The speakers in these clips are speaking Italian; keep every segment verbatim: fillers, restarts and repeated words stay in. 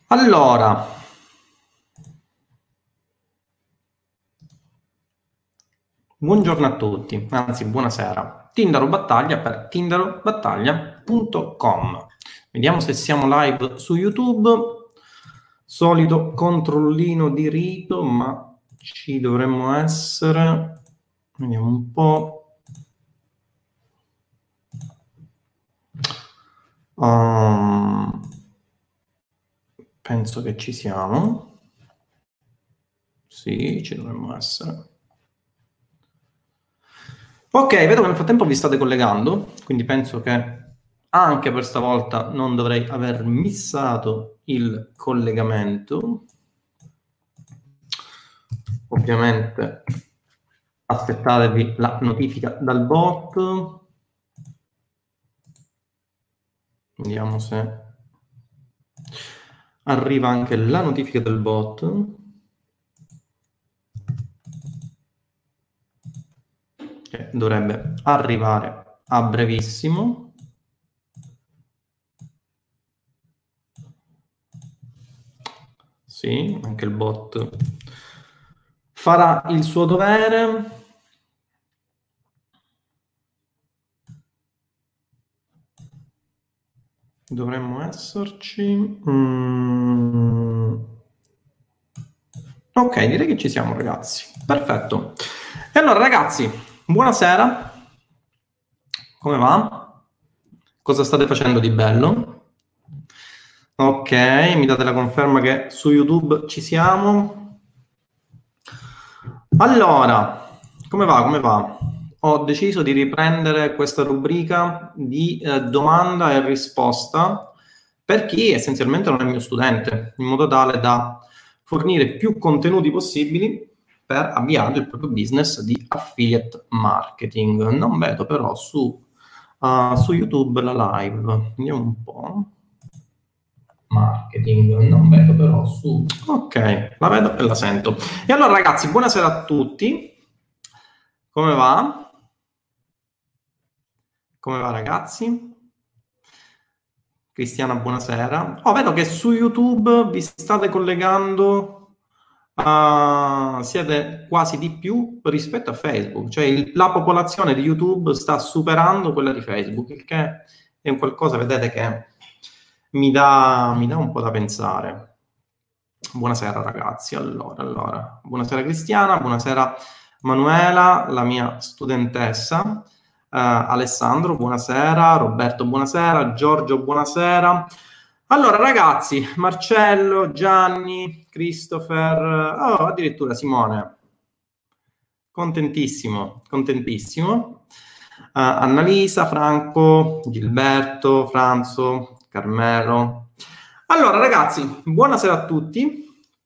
Allora, buongiorno a tutti, anzi buonasera. Tindaro Battaglia per tindaro battaglia punto com. Vediamo se siamo live su YouTube. Solito controllino di rito, ma ci dovremmo essere. Vediamo un po'. Um, penso che ci siamo. Sì, ci dovremmo essere. Ok, vedo che nel frattempo vi state collegando, quindi penso che anche per stavolta non dovrei aver missato il collegamento. Ovviamente aspettatevi la notifica dal bot. Vediamo se arriva anche la notifica del bot. Che dovrebbe arrivare a brevissimo. Sì, anche il bot farà il suo dovere. Dovremmo esserci. Mm. Ok, direi che ci siamo, ragazzi. Perfetto. E allora, ragazzi, buonasera. Come va? Cosa state facendo di bello? Ok, mi date la conferma che su YouTube ci siamo. Allora, come va? Come va? Ho deciso di riprendere questa rubrica di eh, domanda e risposta per chi essenzialmente non è mio studente, in modo tale da fornire più contenuti possibili per avviare il proprio business di affiliate marketing. Non vedo però su, uh, su YouTube la live. Vediamo un po'. Marketing, non vedo però su... Ok, la vedo e la sento. E allora ragazzi, buonasera a tutti. Come va? Come va ragazzi? Cristiana, buonasera. Oh, vedo che su YouTube vi state collegando, uh, siete quasi di più rispetto a Facebook, cioè il, la popolazione di YouTube sta superando quella di Facebook, il che è un qualcosa, vedete, che mi dà, mi dà un po' da pensare. Buonasera ragazzi, allora, allora, buonasera Cristiana, buonasera Manuela, la mia studentessa. Uh, Alessandro, buonasera. Roberto, buonasera. Giorgio, buonasera. Allora, ragazzi, Marcello, Gianni, Christopher, oh, addirittura Simone. Contentissimo, contentissimo. Uh, Annalisa, Franco, Gilberto, Franzo, Carmelo. Allora, ragazzi, buonasera a tutti.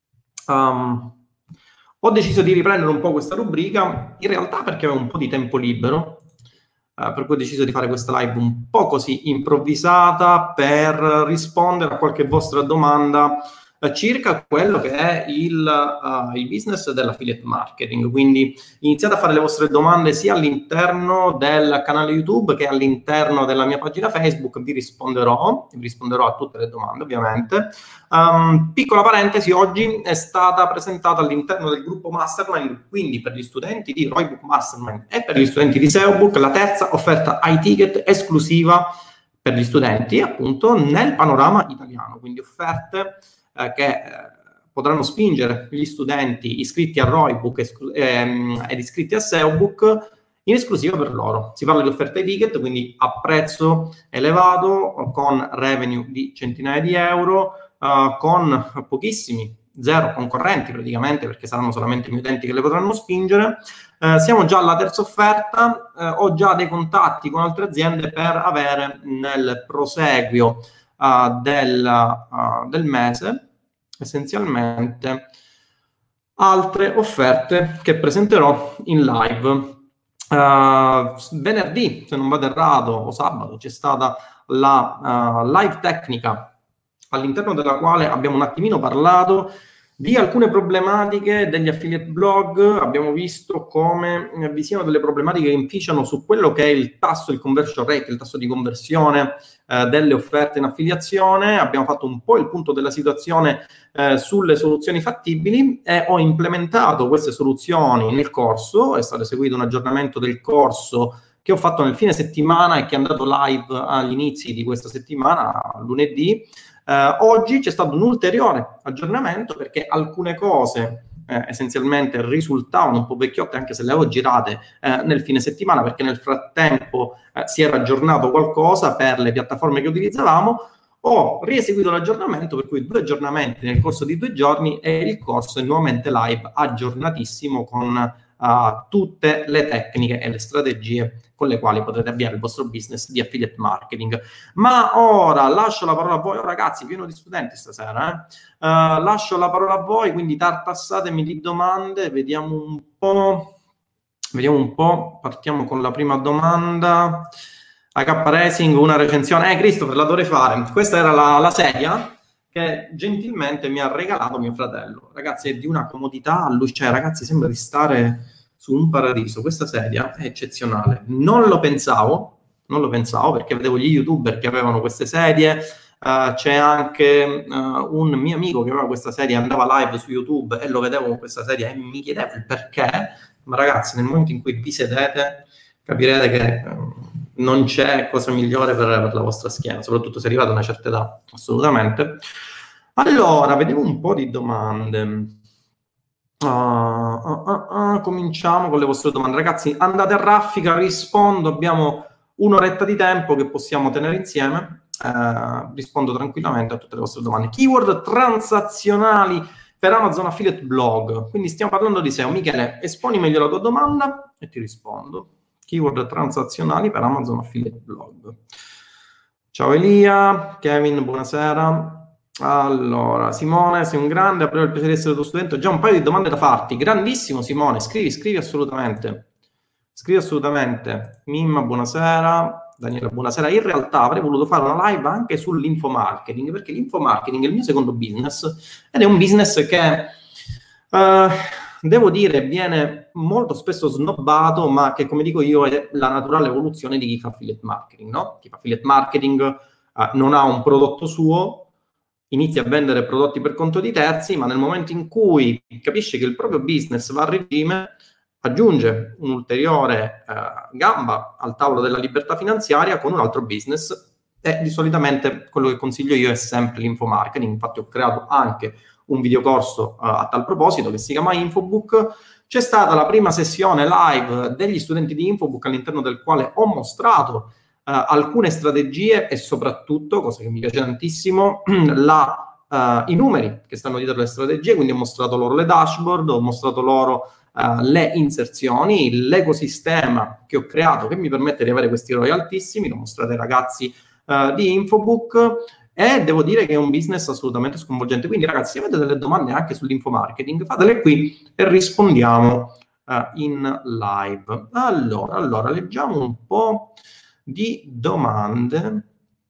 Um, ho deciso di riprendere un po' questa rubrica, in realtà perché avevo un po' di tempo libero. Uh, per cui ho deciso di fare questa live un po' così improvvisata per rispondere a qualche vostra domanda uh, circa quello che è il, uh, il business dell'affiliate marketing. Quindi iniziate a fare le vostre domande sia all'interno del canale YouTube che all'interno della mia pagina Facebook. Vi risponderò, vi risponderò a tutte le domande ovviamente. Um, piccola parentesi, oggi è stata presentata all'interno del gruppo Mastermind, quindi per gli studenti di Roybook Mastermind e per gli studenti di S E O Book, la terza offerta iTicket esclusiva per gli studenti appunto nel panorama italiano, quindi offerte eh, che eh, potranno spingere gli studenti iscritti a Roybook esclu- ehm, ed iscritti a S E O Book in esclusiva per loro. Si parla di offerte iTicket, quindi a prezzo elevato, con revenue di centinaia di euro, Uh, con pochissimi, zero concorrenti praticamente, perché saranno solamente gli utenti che le potranno spingere. Uh, siamo già alla terza offerta, uh, ho già dei contatti con altre aziende per avere nel proseguio uh, del, uh, del mese essenzialmente altre offerte che presenterò in live. Uh, venerdì, se non vado errato, o sabato, c'è stata la uh, live tecnica all'interno della quale abbiamo un attimino parlato Di alcune problematiche degli affiliate blog abbiamo visto come vi siano delle problematiche che inficiano su quello che è il tasso, il conversion rate, il tasso di conversione eh, delle offerte in affiliazione. Abbiamo fatto un po' il punto della situazione eh, sulle soluzioni fattibili e ho implementato queste soluzioni nel corso. È stato eseguito un aggiornamento del corso che ho fatto nel fine settimana e che è andato live agli inizi di questa settimana, lunedì. Uh, oggi c'è stato un ulteriore aggiornamento perché alcune cose eh, essenzialmente risultavano un po' vecchiotte, anche se le avevo girate eh, nel fine settimana, perché nel frattempo eh, si era aggiornato qualcosa per le piattaforme che utilizzavamo. Ho rieseguito l'aggiornamento, per cui due aggiornamenti nel corso di due giorni e il corso è nuovamente live, aggiornatissimo, con Uh, tutte le tecniche e le strategie con le quali potrete avviare il vostro business di affiliate marketing. Ma ora lascio la parola a voi. Oh, ragazzi, pieno di studenti stasera, eh? uh, lascio la parola a voi, quindi tartassatemi di domande, vediamo un po', vediamo un po', partiamo con la prima domanda. A K Racing, una recensione, eh Christopher, la dovrei fare. Questa era la, la sedia che gentilmente mi ha regalato mio fratello. Ragazzi, è di una comodità, cioè ragazzi, sembra di stare su un paradiso. Questa sedia è eccezionale. Non lo pensavo, non lo pensavo, perché vedevo gli youtuber che avevano queste sedie. Uh, c'è anche uh, un mio amico che aveva questa sedia, andava live su YouTube e lo vedevo con questa sedia e mi chiedevo il perché. Ma ragazzi, nel momento in cui vi sedete, capirete che um, non c'è cosa migliore per, per la vostra schiena, soprattutto se arrivate a una certa età, assolutamente. Allora, vediamo un po' di domande. Uh, uh, uh, uh, cominciamo con le vostre domande. Ragazzi, andate a raffica, rispondo, abbiamo un'oretta di tempo che possiamo tenere insieme. Uh, rispondo tranquillamente a tutte le vostre domande. Keyword transazionali per Amazon Affiliate Blog. Quindi stiamo parlando di S E O. Michele, esponi meglio la tua domanda e ti rispondo. Keyword transazionali per Amazon Affiliate Blog. Ciao Elia, Kevin, buonasera. Allora, Simone, sei un grande, avrei il piacere di essere tuo studente. Ho già un paio di domande da farti. Grandissimo Simone, scrivi, scrivi assolutamente. Scrivi assolutamente. Mimma, buonasera. Daniela, buonasera. In realtà avrei voluto fare una live anche sull'infomarketing, perché l'infomarketing è il mio secondo business ed è un business che... Uh, devo dire, viene molto spesso snobbato, ma che, come dico io, è la naturale evoluzione di chi fa affiliate marketing, no? Chi fa affiliate marketing uh, non ha un prodotto suo, inizia a vendere prodotti per conto di terzi, ma nel momento in cui capisce che il proprio business va a regime, aggiunge un'ulteriore uh, gamba al tavolo della libertà finanziaria con un altro business. E di solitamente quello che consiglio io è sempre l'infomarketing. Infatti ho creato anche un videocorso uh, a tal proposito che si chiama Infobook. C'è stata la prima sessione live degli studenti di Infobook, all'interno del quale ho mostrato uh, alcune strategie e soprattutto, cosa che mi piace tantissimo, la, uh, i numeri che stanno dietro le strategie. Quindi ho mostrato loro le dashboard, ho mostrato loro uh, le inserzioni, l'ecosistema che ho creato che mi permette di avere questi R O I altissimi. L'ho mostrato ai ragazzi uh, di Infobook. E devo dire che è un business assolutamente sconvolgente. Quindi ragazzi, se avete delle domande anche sull'infomarketing, fatele qui e rispondiamo uh, in live. Allora, allora, leggiamo un po' di domande.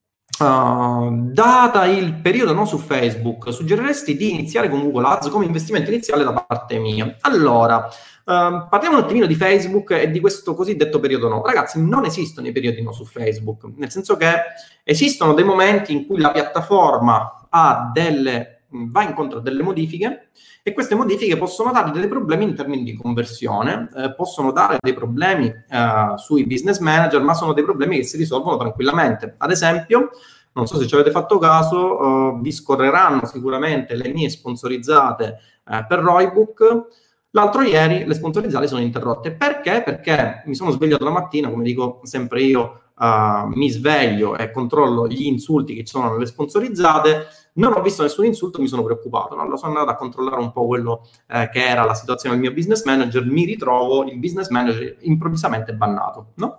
Uh, data il periodo no, su Facebook, suggeriresti di iniziare con Google Ads come investimento iniziale da parte mia? Allora, Uh, parliamo un attimino di Facebook e di questo cosiddetto periodo no. Ragazzi, non esistono i periodi no su Facebook, nel senso che esistono dei momenti in cui la piattaforma ha delle, va incontro a delle modifiche e queste modifiche possono dare dei problemi in termini di conversione, eh, possono dare dei problemi eh, sui business manager, ma sono dei problemi che si risolvono tranquillamente. Ad esempio, non so se ci avete fatto caso, uh, vi scorreranno sicuramente le mie sponsorizzate eh, per Roybook. L'altro ieri le sponsorizzate sono interrotte. Perché? Perché mi sono svegliato la mattina, come dico sempre io, uh, mi sveglio e controllo gli insulti che ci sono nelle sponsorizzate, non ho visto nessun insulto, mi sono preoccupato. No? Allora sono andato a controllare un po' quello eh, che era la situazione del mio business manager, mi ritrovo il business manager improvvisamente bannato, no?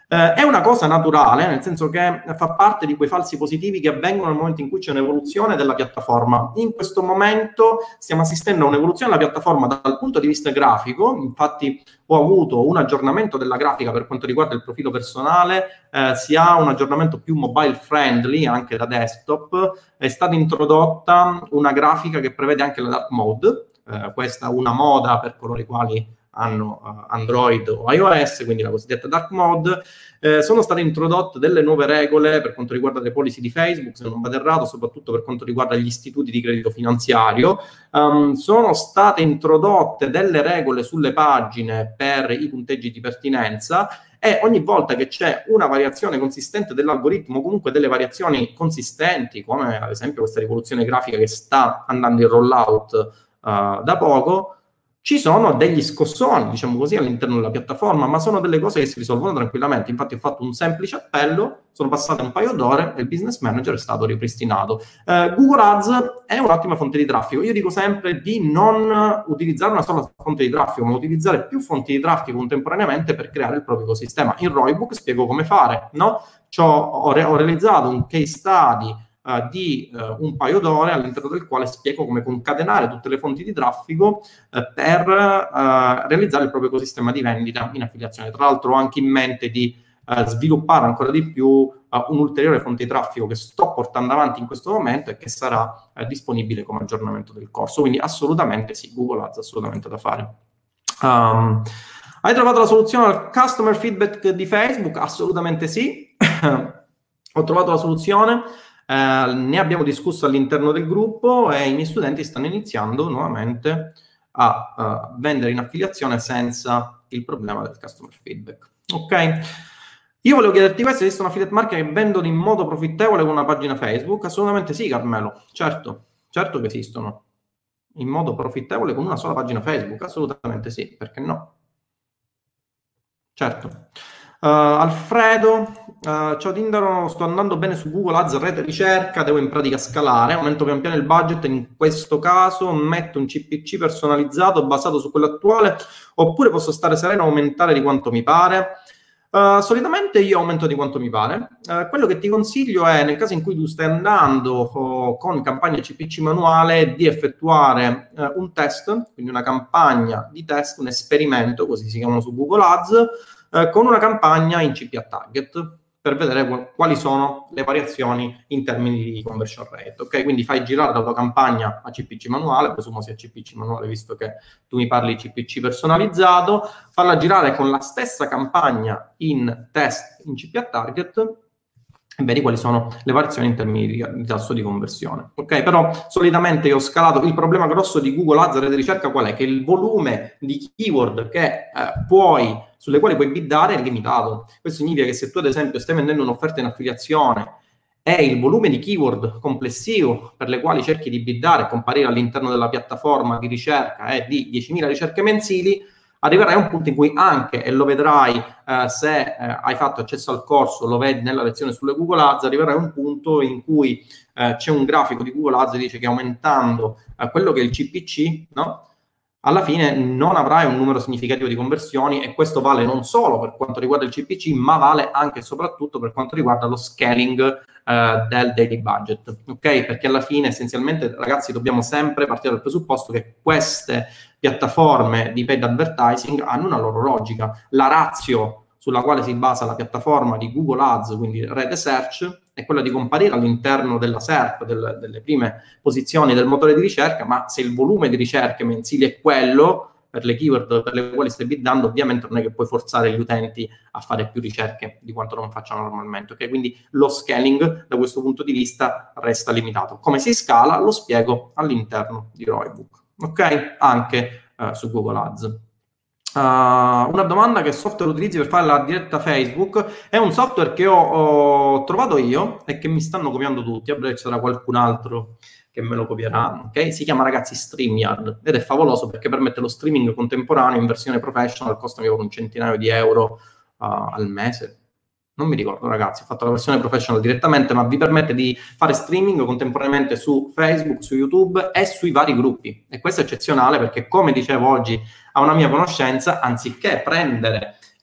Eh, è una cosa naturale, nel senso che fa parte di quei falsi positivi che avvengono nel momento in cui c'è un'evoluzione della piattaforma. In questo momento stiamo assistendo a un'evoluzione della piattaforma dal punto di vista grafico, infatti ho avuto un aggiornamento della grafica per quanto riguarda il profilo personale, eh, si ha un aggiornamento più mobile friendly anche da desktop, è stata introdotta una grafica che prevede anche la dark mode, eh, questa è una moda per coloro i quali hanno uh, Android o iOS, quindi la cosiddetta dark mode. Eh, sono state introdotte delle nuove regole per quanto riguarda le policy di Facebook, se non vado errato, soprattutto per quanto riguarda gli istituti di credito finanziario. Um, sono state introdotte delle regole sulle pagine per i punteggi di pertinenza e ogni volta che c'è una variazione consistente dell'algoritmo, comunque delle variazioni consistenti, come ad esempio questa rivoluzione grafica che sta andando in rollout uh, da poco, ci sono degli scossoni, diciamo così, all'interno della piattaforma, ma sono delle cose che si risolvono tranquillamente. Infatti ho fatto un semplice appello, sono passate un paio d'ore e il business manager è stato ripristinato. Eh, Google Ads è un'ottima fonte di traffico. Io dico sempre di non utilizzare una sola fonte di traffico, ma utilizzare più fonti di traffico contemporaneamente per creare il proprio ecosistema. In Roybook spiego come fare, no? C'ho, ho, re- ho realizzato un case study Uh, di uh, un paio d'ore all'interno del quale spiego come concatenare tutte le fonti di traffico uh, per uh, realizzare il proprio ecosistema di vendita in affiliazione. Tra l'altro ho anche in mente di uh, sviluppare ancora di più uh, un'ulteriore fonte di traffico che sto portando avanti in questo momento e che sarà uh, disponibile come aggiornamento del corso. Quindi assolutamente sì, Google Ads assolutamente da fare. Um, hai trovato la soluzione al customer feedback di Facebook? Assolutamente sì. Ho trovato la soluzione. Eh, ne abbiamo discusso all'interno del gruppo e i miei studenti stanno iniziando nuovamente a uh, vendere in affiliazione senza il problema del customer feedback. Ok? Io volevo chiederti questo: esistono affiliate marketer che vendono in modo profittevole con una pagina Facebook? Assolutamente sì, Carmelo. Certo, certo che esistono. In modo profittevole con una sola pagina Facebook? Assolutamente sì, perché no? Certo. Uh, Alfredo, uh, ciao Tindaro, sto andando bene su Google Ads, rete ricerca, devo in pratica scalare, aumento pian piano il budget, in questo caso metto un C P C personalizzato basato su quello attuale, oppure posso stare sereno e aumentare di quanto mi pare? Uh, solitamente io aumento di quanto mi pare. Uh, quello che ti consiglio è, nel caso in cui tu stai andando oh, con campagna C P C manuale, di effettuare uh, un test, quindi una campagna di test, un esperimento, così si chiamano su Google Ads, uh, con una campagna in C P A target, per vedere quali sono le variazioni in termini di conversion rate. Ok, quindi fai girare la tua campagna a C P C manuale, presumo sia C P C manuale visto che tu mi parli di C P C personalizzato, farla girare con la stessa campagna in test in C P A target e vedi quali sono le variazioni in termini di, di tasso di conversione. Ok, però solitamente io ho scalato. Il problema grosso di Google Ads rete ricerca qual è? Che il volume di keyword che eh, puoi sulle quali puoi biddare è limitato. Questo significa che se tu ad esempio stai vendendo un'offerta in affiliazione e il volume di keyword complessivo per le quali cerchi di biddare e comparire all'interno della piattaforma di ricerca è di diecimila ricerche mensili, arriverai a un punto in cui anche, e lo vedrai eh, se eh, hai fatto accesso al corso, lo vedi nella lezione sulle Google Ads, arriverai a un punto in cui eh, c'è un grafico di Google Ads che dice che aumentando eh, quello che è il C P C, no? Alla fine non avrai un numero significativo di conversioni, e questo vale non solo per quanto riguarda il C P C, ma vale anche e soprattutto per quanto riguarda lo scaling eh, del daily budget, ok? Perché alla fine essenzialmente, ragazzi, dobbiamo sempre partire dal presupposto che queste piattaforme di paid advertising hanno una loro logica. La ratio sulla quale si basa la piattaforma di Google Ads, quindi rete search, è quella di comparire all'interno della S E R P, del, delle prime posizioni del motore di ricerca, ma se il volume di ricerche mensili è quello, per le keyword per le quali stai biddando, ovviamente non è che puoi forzare gli utenti a fare più ricerche di quanto non facciano normalmente, ok? Quindi lo scaling da questo punto di vista resta limitato. Come si scala lo spiego all'interno di Roybook, ok? Anche uh, su Google Ads. Uh, una domanda: che software utilizzi per fare la diretta Facebook? È un software che ho, ho trovato io e che mi stanno copiando tutti, a breve ci sarà qualcun altro che me lo copierà, ok? Si chiama, ragazzi, StreamYard ed è favoloso perché permette lo streaming contemporaneo in versione professional, costa un centinaio di euro uh, al mese. Non mi ricordo, ragazzi, ho fatto la versione professional direttamente, ma vi permette di fare streaming contemporaneamente su Facebook, su YouTube e sui vari gruppi. E questo è eccezionale perché, come dicevo oggi a una mia conoscenza, anziché prendere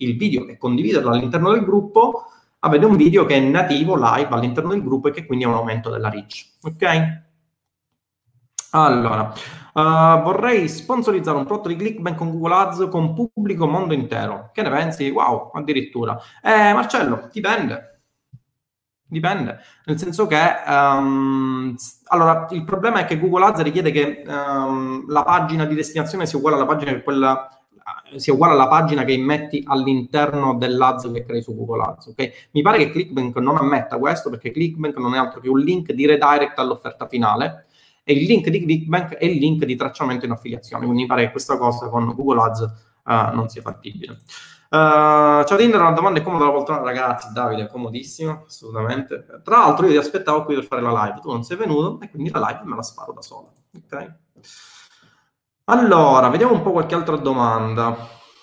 il video e condividerlo all'interno del gruppo, avete un video che è nativo live all'interno del gruppo e che quindi ha un aumento della reach. Ok? Allora, uh, vorrei sponsorizzare un prodotto di ClickBank con Google Ads con pubblico mondo intero. Che ne pensi? Wow, addirittura. Eh, Marcello, dipende. Dipende, nel senso che um, allora il problema è che Google Ads richiede che um, la pagina di destinazione sia uguale alla pagina che quella sia uguale alla pagina che immetti all'interno dell'ads che crei su Google Ads, ok? Mi pare che ClickBank non ammetta questo, perché ClickBank non è altro che un link di redirect all'offerta finale e il link di ClickBank è il link di tracciamento in affiliazione, quindi mi pare che questa cosa con Google Ads uh, non sia fattibile. Uh, ciao Tinder, una domanda: è comoda la poltrona? Ragazzi, Davide, è comodissimo, assolutamente. Tra l'altro io ti aspettavo qui per fare la live, tu non sei venuto e quindi la live me la sparo da sola, ok? Allora, vediamo un po' qualche altra domanda.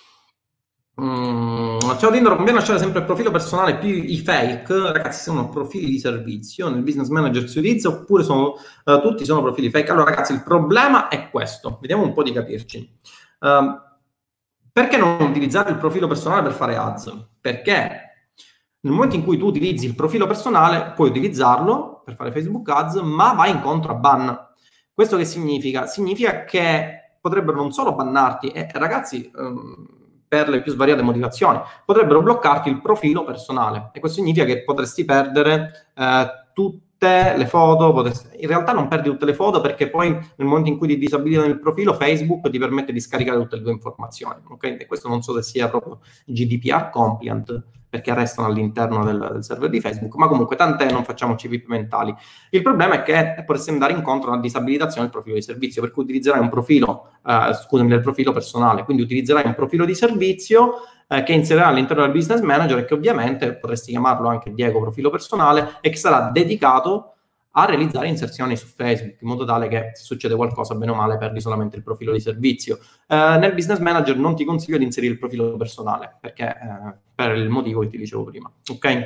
Mm, ciao Tinder, conviene lasciare sempre il profilo personale più i fake? Ragazzi, sono profili di servizio, nel Business Manager si utilizza oppure sono, uh, tutti sono profili fake? Allora ragazzi, il problema è questo, vediamo un po' di capirci. Uh, Perché non utilizzare il profilo personale per fare ads? Perché nel momento in cui tu utilizzi il profilo personale, puoi utilizzarlo per fare Facebook Ads, ma vai incontro a ban. Questo che significa? Significa che potrebbero non solo bannarti, e ragazzi, ehm, per le più svariate motivazioni, potrebbero bloccarti il profilo personale. E questo significa che potresti perdere eh, tutte le foto, potresti... in realtà non perdi tutte le foto, perché poi nel momento in cui ti disabilitano il profilo, Facebook ti permette di scaricare tutte le tue informazioni, ok? E questo non so se sia proprio G D P R compliant, perché restano all'interno del, del server di Facebook, ma comunque tant'è, non facciamoci pip mentali. Il problema è che potresti andare incontro a una disabilitazione del profilo di servizio, per cui utilizzerai un profilo, eh, scusami, del profilo personale, quindi utilizzerai un profilo di servizio eh, che inserirà all'interno del Business Manager e che ovviamente potresti chiamarlo anche Diego profilo personale e che sarà dedicato a realizzare inserzioni su Facebook, in modo tale che se succede qualcosa, bene o male, perdi solamente il profilo di servizio. Eh, nel Business Manager non ti consiglio di inserire il profilo personale, perché eh, per il motivo che ti dicevo prima, ok?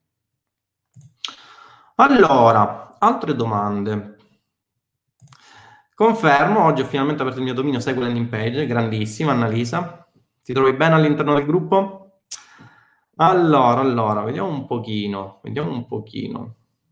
Allora, altre domande. Confermo, oggi ho finalmente aperto il mio dominio, segui landing page, grandissima Annalisa. Ti trovi bene all'interno del gruppo? Allora, allora, vediamo un pochino, vediamo un pochino.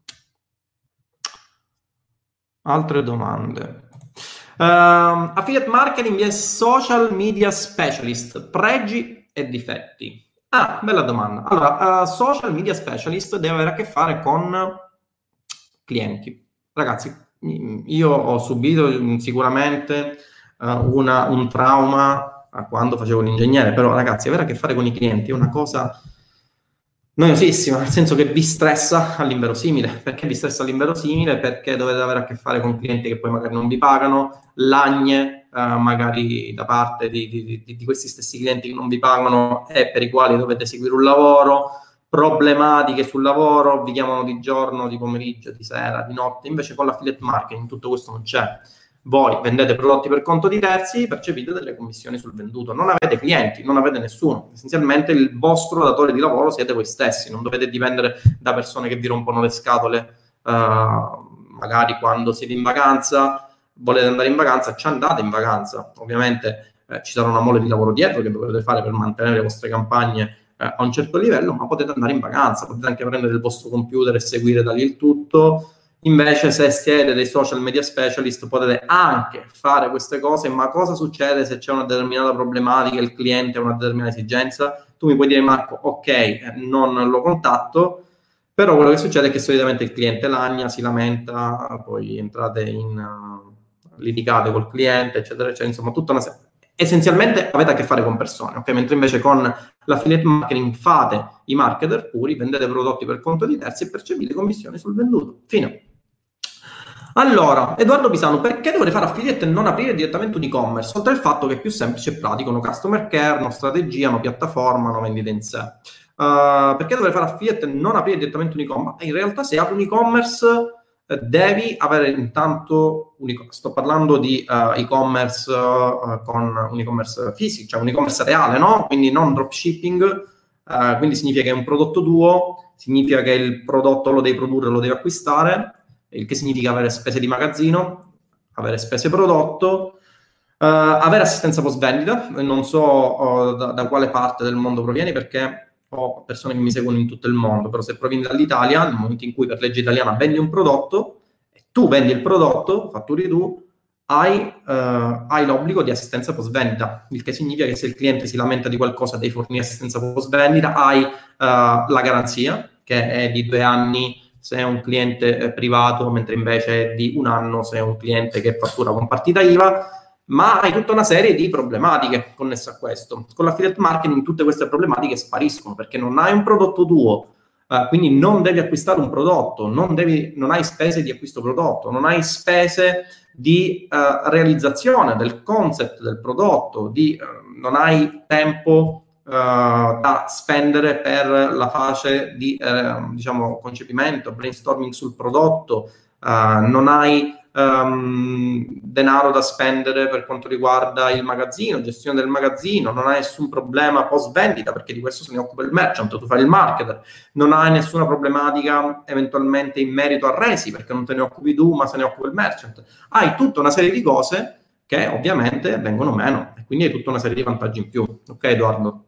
Altre domande. Uh, affiliate marketing e social media specialist, pregi e difetti. Ah, bella domanda. Allora, uh, social media specialist deve avere a che fare con clienti. Ragazzi, io ho subito sicuramente uh, una, un trauma quando facevo l'ingegnere, però ragazzi, avere a che fare con i clienti è una cosa noiosissima, nel senso che vi stressa all'inverosimile. Perché vi stressa all'inverosimile? Perché dovete avere a che fare con clienti che poi magari non vi pagano, lagne eh, magari da parte di, di, di, di questi stessi clienti che non vi pagano e per i quali dovete seguire un lavoro, problematiche sul lavoro, vi chiamano di giorno, di pomeriggio, di sera, di notte. Invece con l'affiliate marketing tutto questo non c'è. Voi vendete prodotti per conto di terzi, percepite delle commissioni sul venduto, non avete clienti, non avete nessuno, essenzialmente il vostro datore di lavoro siete voi stessi, non dovete dipendere da persone che vi rompono le scatole, uh, magari quando siete in vacanza, volete andare in vacanza, ci andate in vacanza, ovviamente eh, ci sarà una mole di lavoro dietro che dovete fare per mantenere le vostre campagne eh, a un certo livello, ma potete andare in vacanza, potete anche prendere il vostro computer e seguire da lì il tutto. Invece se siete dei social media specialist potete anche fare queste cose, ma cosa succede se c'è una determinata problematica, il cliente ha una determinata esigenza? Tu mi puoi dire: Marco, ok, non lo contatto, però quello che succede è che solitamente il cliente lagna, si lamenta, poi entrate in uh, litigate col cliente, eccetera, eccetera, insomma tutta una serie. Essenzialmente avete a che fare con persone, ok? Mentre invece con l'affiliate marketing fate i marketer puri, vendete prodotti per conto di terzi e percepite commissioni sul venduto. Fine. Allora, Edoardo Pisano, perché dovrei fare affiliate e non aprire direttamente un e-commerce? Oltre al fatto che è più semplice e pratico, no customer care, no strategia, no piattaforma, no vendita in sé. Uh, perché dovrei fare affiliate e non aprire direttamente un e-commerce? In realtà se apri un e-commerce eh, devi avere intanto, un e- sto parlando di uh, e-commerce uh, con un e-commerce fisico, cioè un e-commerce reale, no? Quindi non dropshipping, uh, quindi significa che è un prodotto tuo, significa che il prodotto lo devi produrre, lo devi acquistare, il che significa avere spese di magazzino, avere spese prodotto, uh, avere assistenza post vendita. Non so uh, da, da quale parte del mondo provieni, perché ho persone che mi seguono in tutto il mondo, però se provieni dall'Italia, nel momento in cui per legge italiana vendi un prodotto, e tu vendi il prodotto, fatturi tu, hai, uh, hai l'obbligo di assistenza post vendita, il che significa che se il cliente si lamenta di qualcosa devi fornire assistenza post vendita, hai uh, la garanzia, che è di due anni se è un cliente eh, privato, mentre invece è di un anno se è un cliente che fattura con partita I V A, ma hai tutta una serie di problematiche connesse a questo. Con l'affiliate marketing tutte queste problematiche spariscono, perché non hai un prodotto tuo, Uh, quindi non devi acquistare un prodotto, non, devi, non hai spese di acquisto prodotto, non hai spese di uh, realizzazione del concept del prodotto, di, uh, non hai tempo uh, da spendere per la fase di uh, diciamo, concepimento, brainstorming sul prodotto, uh, non hai um, denaro da spendere per quanto riguarda il magazzino, gestione del magazzino, non hai nessun problema post vendita, perché di questo se ne occupa il merchant, tu fai il marketer, non hai nessuna problematica eventualmente in merito a resi, perché non te ne occupi tu ma se ne occupa il merchant. Hai tutta una serie di cose che ovviamente vengono meno, e quindi hai tutta una serie di vantaggi in più. Ok, Edoardo?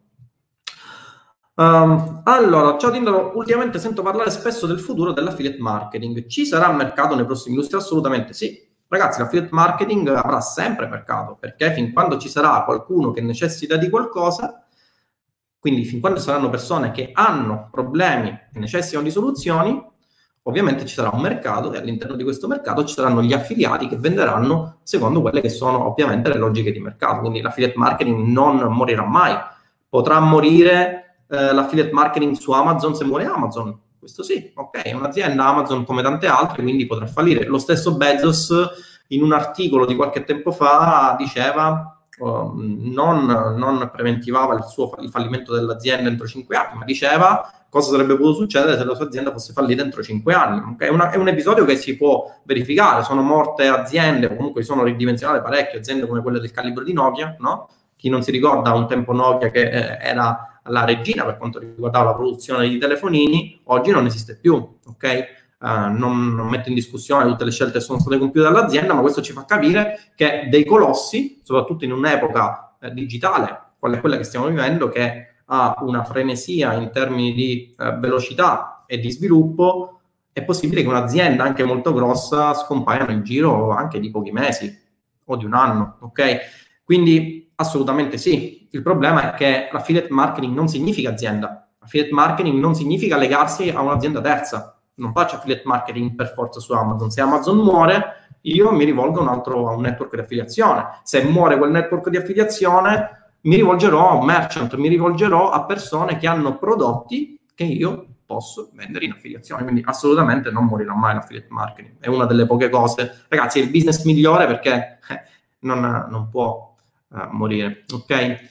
Um, allora, ciao Tindaro, ultimamente sento parlare spesso del futuro dell'affiliate marketing. Ci sarà mercato nei prossimi lustri? Assolutamente sì. Ragazzi, l'affiliate marketing avrà sempre mercato, perché fin quando ci sarà qualcuno che necessita di qualcosa, quindi fin quando saranno persone che hanno problemi e necessitano di soluzioni, ovviamente ci sarà un mercato, e all'interno di questo mercato ci saranno gli affiliati che venderanno secondo quelle che sono ovviamente le logiche di mercato. Quindi l'affiliate marketing non morirà mai. Potrà morire Uh, l'affiliate marketing su Amazon se muore Amazon, questo sì, ok, è un'azienda Amazon come tante altre, quindi potrà fallire. Lo stesso Bezos in un articolo di qualche tempo fa diceva, uh, non, non preventivava il suo il fallimento dell'azienda entro cinque anni, ma diceva cosa sarebbe potuto succedere se la sua azienda fosse fallita entro cinque anni. Okay? Una, è un episodio che si può verificare, sono morte aziende, o comunque sono ridimensionate parecchie aziende come quelle del calibro di Nokia, no? Chi non si ricorda un tempo Nokia che eh, era la regina per quanto riguardava la produzione di telefonini, oggi non esiste più, ok? Uh, non, non metto in discussione tutte le scelte che sono state compiute dall'azienda, ma questo ci fa capire che dei colossi, soprattutto in un'epoca eh, digitale, quale quella che stiamo vivendo, che ha una frenesia in termini di eh, velocità e di sviluppo, è possibile che un'azienda anche molto grossa scompaia nel giro anche di pochi mesi o di un anno, ok? Quindi assolutamente sì. Il problema è che l'affiliate marketing non significa azienda. Affiliate marketing non significa legarsi a un'azienda terza. Non faccio affiliate marketing per forza su Amazon. Se Amazon muore, io mi rivolgo a un altro a un network di affiliazione. Se muore quel network di affiliazione, mi rivolgerò a un merchant, mi rivolgerò a persone che hanno prodotti che io posso vendere in affiliazione. Quindi assolutamente non morirà mai l'affiliate marketing. È una delle poche cose. Ragazzi, è il business migliore perché eh, non, non può uh, morire. Ok?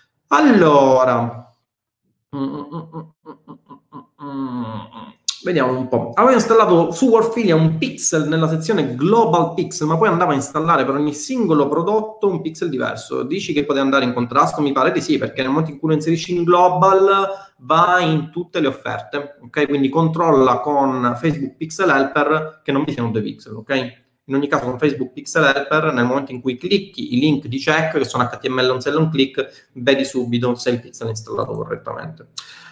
Allora, mm, mm, mm, vediamo un po'. Avevo installato su Warfilia un pixel nella sezione Global Pixel, ma poi andava a installare per ogni singolo prodotto un pixel diverso. Dici che poteva andare in contrasto? Mi pare di sì, perché nel momento in cui lo inserisci in Global va in tutte le offerte, ok? Quindi controlla con Facebook Pixel Helper che non mi siano due pixel, ok? In ogni caso con Facebook Pixel Helper, nel momento in cui clicchi i link di check, che sono H T M L on sell on click, vedi subito se il pixel è installato correttamente.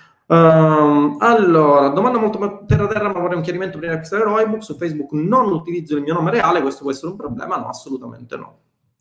Um, allora, domanda molto terra terra, ma vorrei un chiarimento prima di acquistare Roybook. Su Facebook non utilizzo il mio nome reale, questo può essere un problema? No, assolutamente no.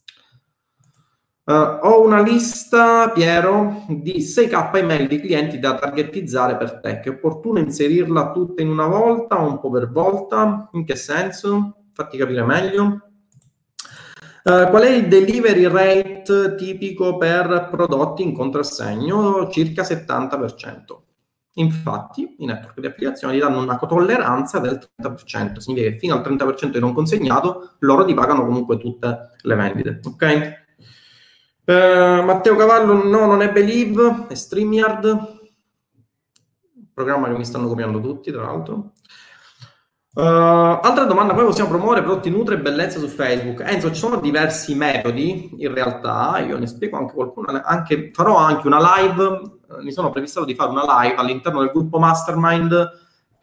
Uh, ho una lista, Piero, di sei k email di clienti da targetizzare per te. È opportuno inserirla tutta in una volta o un po' per volta? In che senso? Fatti capire meglio. Uh, qual è il delivery rate tipico per prodotti in contrassegno? Circa settanta per cento. Infatti, i network di affiliazione ti danno una tolleranza del trenta per cento. Significa che fino al trenta per cento di non consegnato, loro ti pagano comunque tutte le vendite. Ok? Uh, Matteo Cavallo, no, non è Believe, è StreamYard. Programma che mi stanno copiando tutti, tra l'altro. Uh, altra domanda, come possiamo promuovere prodotti nutri e bellezza su Facebook? Enzo, ci sono diversi metodi, in realtà, io ne spiego anche qualcuno, anche, farò anche una live, mi sono prefissato di fare una live all'interno del gruppo Mastermind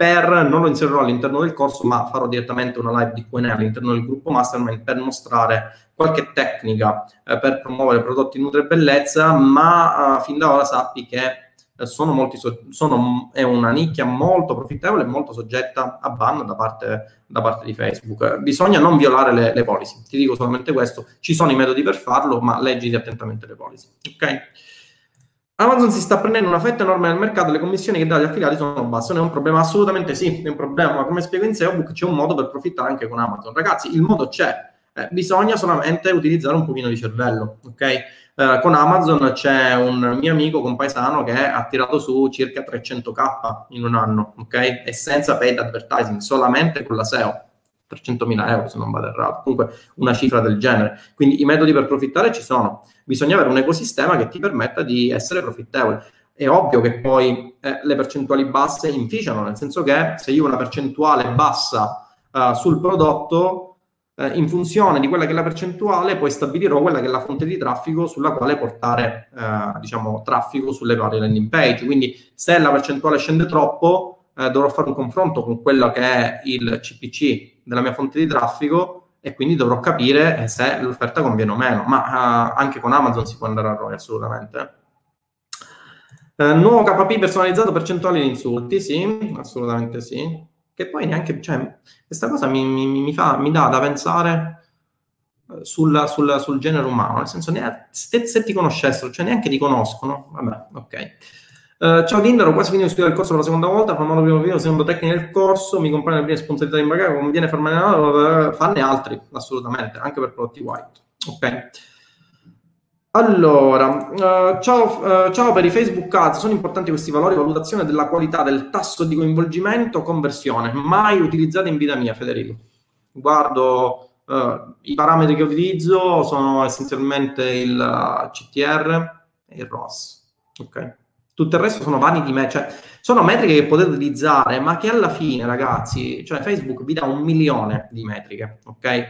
per, non lo inserirò all'interno del corso, ma farò direttamente una live di Q and A all'interno del gruppo Mastermind per mostrare qualche tecnica eh, per promuovere prodotti Nutri e Bellezza, ma uh, fin da ora sappi che eh, sono molti so- sono, è una nicchia molto profittevole e molto soggetta a ban da parte, da parte di Facebook. Eh, bisogna non violare le, le policy, ti dico solamente questo, ci sono i metodi per farlo, ma leggiti attentamente le policy, ok? Amazon si sta prendendo una fetta enorme del mercato e le commissioni che dà agli affiliati sono basse. Non è un problema? Assolutamente sì, è un problema, ma come spiego in S E O Book c'è un modo per profittare anche con Amazon. Ragazzi, il modo c'è, eh, bisogna solamente utilizzare un pochino di cervello, ok? Eh, con Amazon c'è un mio amico compaesano che ha tirato su circa trecento k in un anno, ok? E senza paid advertising, solamente con la S E O. trecentomila euro se non vado errato, comunque una cifra del genere. Quindi i metodi per profittare ci sono, bisogna avere un ecosistema che ti permetta di essere profittevole. È ovvio che poi eh, le percentuali basse inficiano, nel senso che se io ho una percentuale bassa uh, sul prodotto, eh, in funzione di quella che è la percentuale, poi stabilirò quella che è la fonte di traffico sulla quale portare eh, diciamo traffico sulle varie landing page. Quindi se la percentuale scende troppo, Eh, dovrò fare un confronto con quello che è il C P C della mia fonte di traffico e quindi dovrò capire se l'offerta conviene o meno, ma uh, anche con Amazon si può andare a R O I assolutamente. Uh, nuovo K P I personalizzato, percentuali di insulti, sì, assolutamente sì, che poi neanche, cioè, questa cosa mi, mi, mi, fa, mi dà da pensare sul, sul, sul genere umano, nel senso, neanche, se, se ti conoscessero, cioè neanche ti conoscono, vabbè, ok. Uh, ciao Tinder, ho quasi finito di studiare il corso per la seconda volta, farmelo il primo video, secondo tecniche del corso, mi compare le prime responsabilità in bagaglia, conviene farne, farne altri, assolutamente, anche per prodotti white. Ok. Allora, uh, ciao, uh, ciao per i Facebook Ads, sono importanti questi valori, valutazione della qualità del tasso di coinvolgimento, conversione, mai utilizzati in vita mia, Federico. Guardo, uh, i parametri che utilizzo sono essenzialmente il uh, C T R e il R O S, ok? Tutto il resto sono vanity metric, cioè sono metriche che potete utilizzare, ma che alla fine, ragazzi, cioè Facebook vi dà un milione di metriche, ok?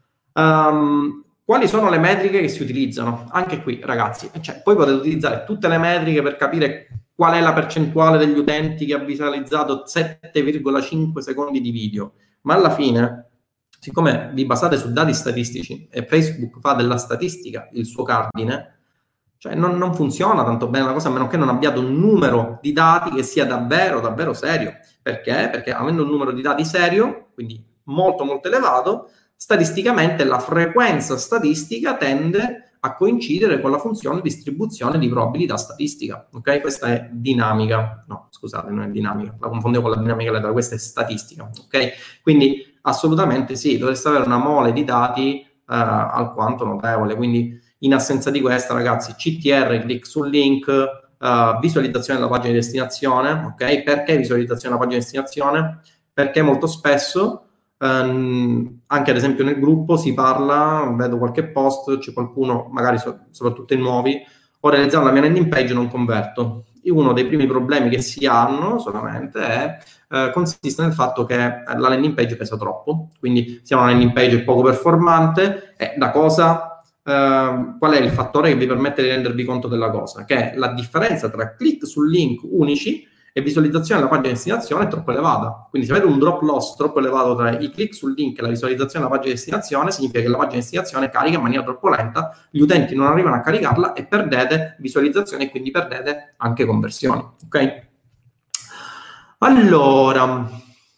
Um, quali sono le metriche che si utilizzano? Anche qui, ragazzi, cioè, poi potete utilizzare tutte le metriche per capire qual è la percentuale degli utenti che ha visualizzato sette virgola cinque secondi di video, ma alla fine, siccome vi basate su dati statistici e Facebook fa della statistica il suo cardine, cioè non, non funziona tanto bene la cosa, a meno che non abbiate un numero di dati che sia davvero, davvero serio. Perché? Perché avendo un numero di dati serio, quindi molto, molto elevato, statisticamente la frequenza statistica tende a coincidere con la funzione di distribuzione di probabilità statistica. Ok? Questa è dinamica. No, scusate, non è dinamica, la confondevo con la dinamica lettera, questa è statistica. Ok? Quindi assolutamente sì, dovreste avere una mole di dati eh, alquanto notevole, quindi in assenza di questa, ragazzi, C T R, click sul link, uh, visualizzazione della pagina di destinazione, ok? Perché visualizzazione della pagina di destinazione? Perché molto spesso, um, anche ad esempio nel gruppo, si parla, vedo qualche post, c'è qualcuno, magari so, soprattutto i nuovi, ho realizzato la mia landing page e non converto. Uno dei primi problemi che si hanno solamente è, eh, consiste nel fatto che la landing page pesa troppo, quindi se una landing page poco performante, è da cosa... Uh, qual è il fattore che vi permette di rendervi conto della cosa? Che la differenza tra click su link unici e visualizzazione della pagina di destinazione è troppo elevata. Quindi se avete un drop loss troppo elevato tra i click sul link e la visualizzazione della pagina di destinazione, significa che la pagina di destinazione carica in maniera troppo lenta, gli utenti non arrivano a caricarla e perdete visualizzazione e quindi perdete anche conversioni. Ok? Allora...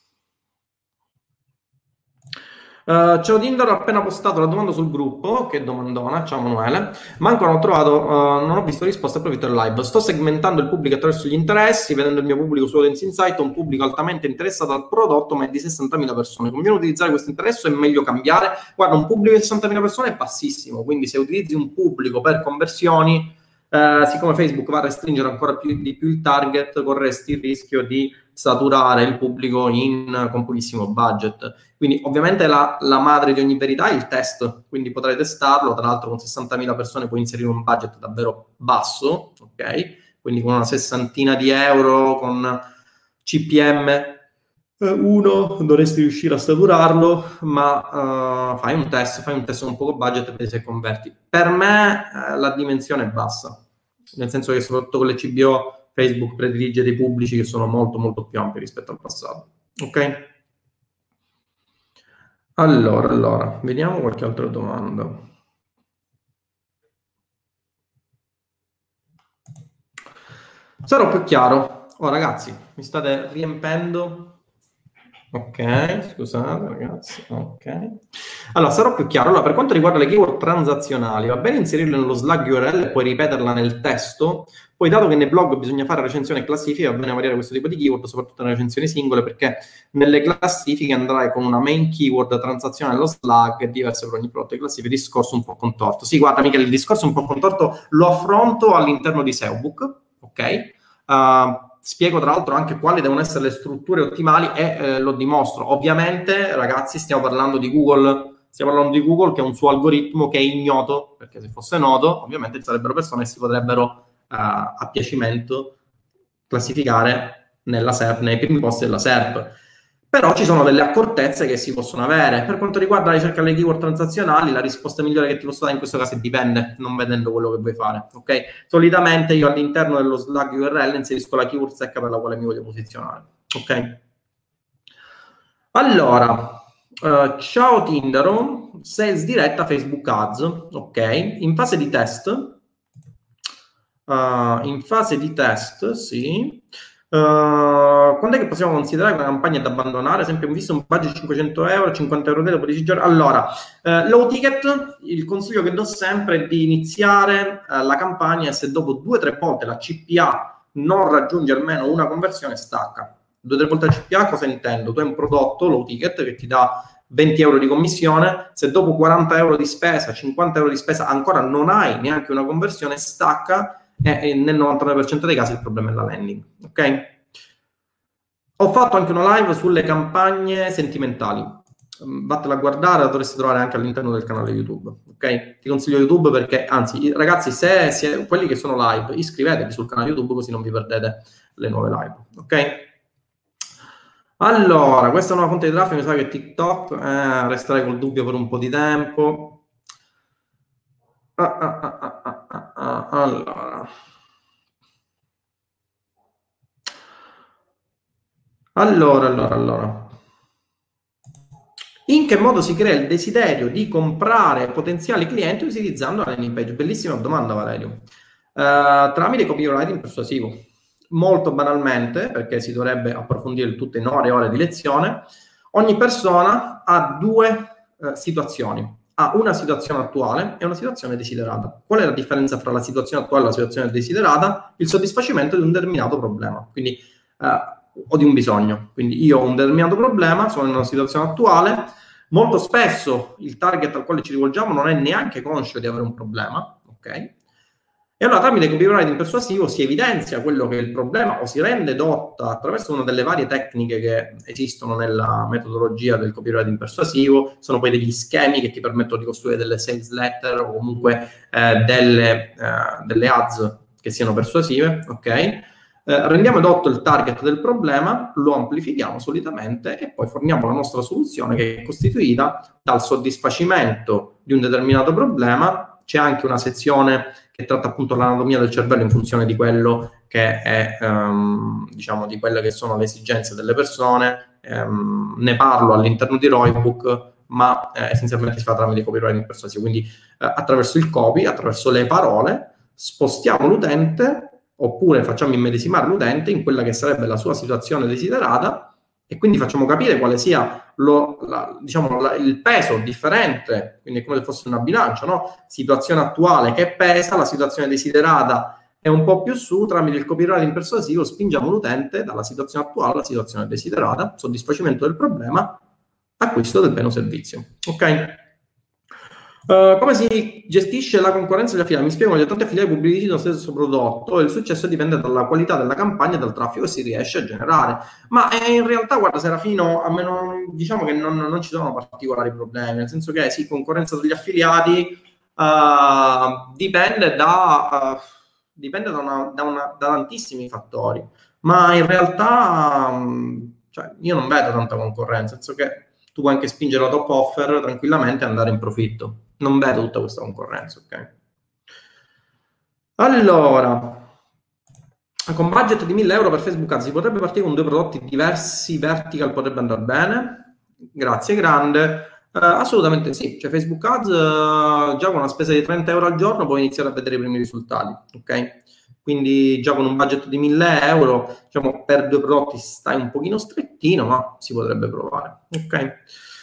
Uh, ciao Tinder, ho appena postato la domanda sul gruppo, che domandona, ciao Manuele, ma ancora non ho trovato, uh, non ho visto risposte, approfitto del live. Sto segmentando il pubblico attraverso gli interessi, vedendo il mio pubblico su Audience Insight, un pubblico altamente interessato al prodotto, ma è di sessantamila persone. Conviene utilizzare questo interesse o è meglio cambiare? Guarda, un pubblico di sessantamila persone è bassissimo, quindi se utilizzi un pubblico per conversioni, uh, siccome Facebook va a restringere ancora più di più il target, corresti il rischio di saturare il pubblico in, con pochissimo budget. Quindi ovviamente la, la madre di ogni verità è il test, quindi potrai testarlo, tra l'altro con sessantamila persone puoi inserire un budget davvero basso, ok? Quindi con una sessantina di euro, con C P M uno dovresti riuscire a saturarlo, ma uh, fai un test, fai un test con poco budget e vedi se converti. Per me uh, la dimensione è bassa, nel senso che soprattutto con le C B O Facebook predilige dei pubblici che sono molto molto più ampi rispetto al passato. Ok? Allora, allora, vediamo qualche altra domanda. Sarò più chiaro. Oh ragazzi, mi state riempendo. Ok, scusate ragazzi, ok. Allora, sarò più chiaro. Allora, per quanto riguarda le keyword transazionali, va bene inserirle nello slug U R L e poi ripeterla nel testo. Poi, dato che nei blog bisogna fare recensione e classifica, va bene variare questo tipo di keyword, soprattutto nelle recensioni singole, perché nelle classifiche andrai con una main keyword transazionale nello slug, diverse per ogni prodotto di classifica, discorso un po' contorto. Sì, guarda Michele, il discorso un po' contorto lo affronto all'interno di SEObook, ok? Uh, spiego tra l'altro anche quali devono essere le strutture ottimali e eh, lo dimostro. Ovviamente, ragazzi, stiamo parlando di Google, stiamo parlando di Google che ha un suo algoritmo che è ignoto, perché se fosse noto, ovviamente ci sarebbero persone che si potrebbero uh, a piacimento classificare nella S E R P, nei primi posti della S E R P. Però ci sono delle accortezze che si possono avere. Per quanto riguarda la ricerca delle keyword transazionali, la risposta migliore che ti posso dare in questo caso è dipende, non vedendo quello che vuoi fare. Ok? Solitamente io all'interno dello slug U R L inserisco la keyword secca per la quale mi voglio posizionare. Ok? Allora, uh, ciao Tindaro, sales diretta Facebook Ads. Ok? In fase di test, uh, in fase di test, sì. Uh, quando è che possiamo considerare una campagna da abbandonare? Ad esempio, ho visto un budget di cinquecento euro, cinquanta euro dopo dieci giorni. Allora, uh, low ticket, il consiglio che do sempre è di iniziare uh, la campagna e se dopo due o tre volte la C P A non raggiunge almeno una conversione, stacca. Due o tre volte la C P A cosa intendo? Tu hai un prodotto low ticket che ti dà venti euro di commissione, se dopo quaranta euro di spesa, cinquanta euro di spesa ancora non hai neanche una conversione, stacca. E nel novantanove per cento dei casi il problema è la landing. Ok? Ho fatto anche una live sulle campagne sentimentali. Vattela a guardare, la dovresti trovare anche all'interno del canale YouTube. Ok? Ti consiglio YouTube perché, anzi, ragazzi, se, se quelli che sono live, iscrivetevi sul canale YouTube così non vi perdete le nuove live. Ok? Allora, questa è una fonte di traffico, mi sa che TikTok, eh, resterei col dubbio per un po' di tempo. Ah, ah, ah, ah, ah, ah, allora. Allora, allora, allora. In che modo si crea il desiderio di comprare potenziali clienti utilizzando la landing page? Bellissima domanda, Valerio. Uh, tramite copywriting persuasivo. Molto banalmente, perché si dovrebbe approfondire tutto in ore e ore di lezione, ogni persona ha due uh, situazioni. Ha una situazione attuale e una situazione desiderata. Qual è la differenza tra la situazione attuale e la situazione desiderata? Il soddisfacimento di un determinato problema. Quindi uh, o di un bisogno. Quindi io ho un determinato problema, sono in una situazione attuale, molto spesso il target al quale ci rivolgiamo non è neanche conscio di avere un problema, ok? E allora tramite copywriting persuasivo si evidenzia quello che è il problema o si rende dotta attraverso una delle varie tecniche che esistono nella metodologia del copywriting persuasivo, sono poi degli schemi che ti permettono di costruire delle sales letter o comunque eh, delle, eh, delle ads che siano persuasive, ok? Eh, rendiamo edotto il target del problema, lo amplifichiamo solitamente e poi forniamo la nostra soluzione che è costituita dal soddisfacimento di un determinato problema. C'è anche una sezione che tratta appunto l'anatomia del cervello in funzione di quello che è, um, diciamo, di quelle che sono le esigenze delle persone. Um, ne parlo all'interno di Roybook, ma eh, essenzialmente si fa tramite copywriting persuasivo. Quindi eh, attraverso il copy, attraverso le parole, spostiamo l'utente oppure facciamo immedesimare l'utente in quella che sarebbe la sua situazione desiderata e quindi facciamo capire quale sia lo, la, diciamo, la, il peso differente, quindi è come se fosse una bilancia, no? Situazione attuale che pesa, la situazione desiderata è un po' più su, tramite il copywriting persuasivo spingiamo l'utente dalla situazione attuale alla situazione desiderata, soddisfacimento del problema, acquisto del bene o servizio. Ok? Uh, come si gestisce la concorrenza degli affiliati? Mi spiego, le tante affiliati pubblicizzano lo stesso prodotto e il successo dipende dalla qualità della campagna e dal traffico che si riesce a generare. Ma eh, in realtà, guarda, Serafino, a me non, diciamo che non, non ci sono particolari problemi, nel senso che sì, concorrenza degli affiliati uh, dipende da, uh, dipende da, una, da, una, da tantissimi fattori, ma in realtà um, cioè, io non vedo tanta concorrenza, nel senso che tu puoi anche spingere la top offer tranquillamente e andare in profitto. Non vedo tutta questa concorrenza, ok? Allora, Con budget di mille euro per Facebook Ads si potrebbe partire con due prodotti diversi, vertical potrebbe andare bene? Grazie, grande. Uh, assolutamente sì, cioè Facebook Ads uh, già con una spesa di trenta euro al giorno puoi iniziare a vedere i primi risultati, ok? Quindi già con un budget di mille euro, diciamo, per due prodotti stai un pochino strettino, ma si potrebbe provare, ok?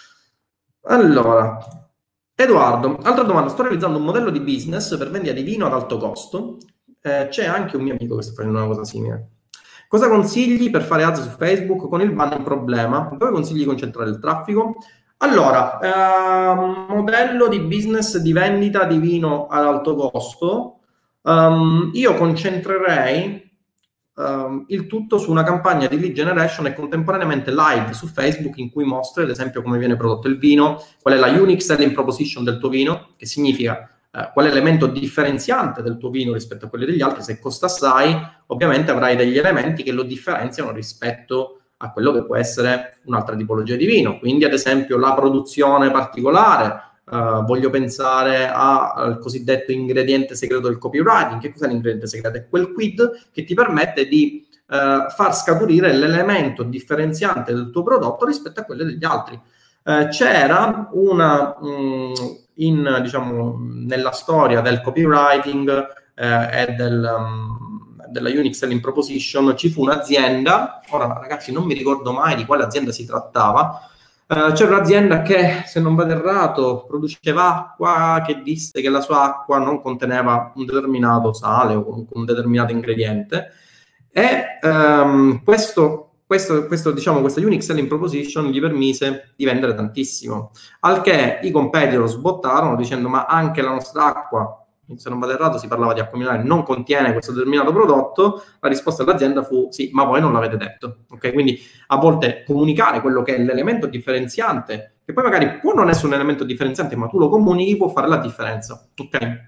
Allora, Edoardo, altra domanda, sto realizzando un modello di business per vendita di vino ad alto costo. Eh, c'è anche un mio amico che sta facendo una cosa simile. Cosa consigli per fare ads su Facebook? Con il ban è un problema. Dove consigli di concentrare il traffico? Allora, ehm, modello di business di vendita di vino ad alto costo. Um, io concentrerei um, il tutto su una campagna di lead generation e contemporaneamente live su Facebook in cui mostri, ad esempio, come viene prodotto il vino, qual è la unique selling proposition del tuo vino, che significa eh, qual è l'elemento differenziante del tuo vino rispetto a quelli degli altri. Se costa assai, ovviamente avrai degli elementi che lo differenziano rispetto a quello che può essere un'altra tipologia di vino. Quindi, ad esempio, la produzione particolare. Uh, voglio pensare a, al cosiddetto ingrediente segreto del copywriting. Che cos'è l'ingrediente segreto? È quel quid che ti permette di uh, far scaturire l'elemento differenziante del tuo prodotto rispetto a quello degli altri. Uh, c'era una, mh, in, diciamo, nella storia del copywriting uh, e del, um, della unique selling proposition, ci fu un'azienda, ora ragazzi non mi ricordo mai di quale azienda si trattava. Uh, c'era un'azienda che, se non vado errato, produceva acqua che disse che la sua acqua non conteneva un determinato sale o comunque un determinato ingrediente e um, questo, questo, questo, diciamo, questa unique selling proposition gli permise di vendere tantissimo, al che i competitor sbottarono dicendo ma anche la nostra acqua, se non vado errato si parlava di acqua minerale, non contiene questo determinato prodotto. La risposta dell'azienda fu sì, ma voi non l'avete detto, ok? Quindi a volte comunicare quello che è l'elemento differenziante, che poi magari può non essere un elemento differenziante, ma tu lo comunichi, può fare la differenza, ok?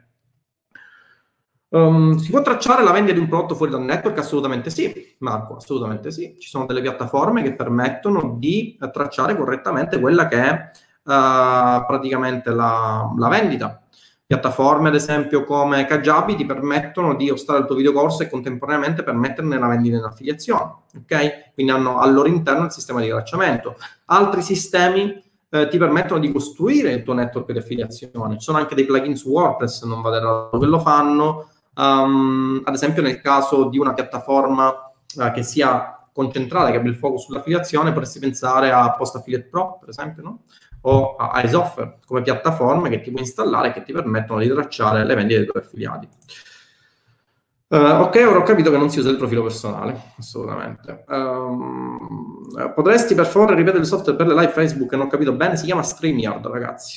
Um, si può tracciare la vendita di un prodotto fuori dal network? Assolutamente sì, Marco, assolutamente sì. Ci sono delle piattaforme che permettono di uh, tracciare correttamente quella che è uh, praticamente la, la vendita. Piattaforme, ad esempio, come Kajabi ti permettono di ostare il tuo videocorso e contemporaneamente permetterne la vendita in affiliazione, ok? Quindi hanno al loro interno il sistema di tracciamento. Altri sistemi eh, ti permettono di costruire il tuo network di affiliazione. Ci sono anche dei plugin su WordPress, non vado errato, che lo fanno. Um, ad esempio, nel caso di una piattaforma eh, che sia concentrata, che abbia il focus sull'affiliazione, potresti pensare a Post Affiliate Pro, per esempio, no? O a iSoffer come piattaforme che ti puoi installare e che ti permettono di tracciare le vendite dei tuoi affiliati. Uh, ok, ora ho capito che non si usa il profilo personale, assolutamente. Um, potresti per favore ripetere il software per le live Facebook? Non ho capito bene, si chiama StreamYard, ragazzi.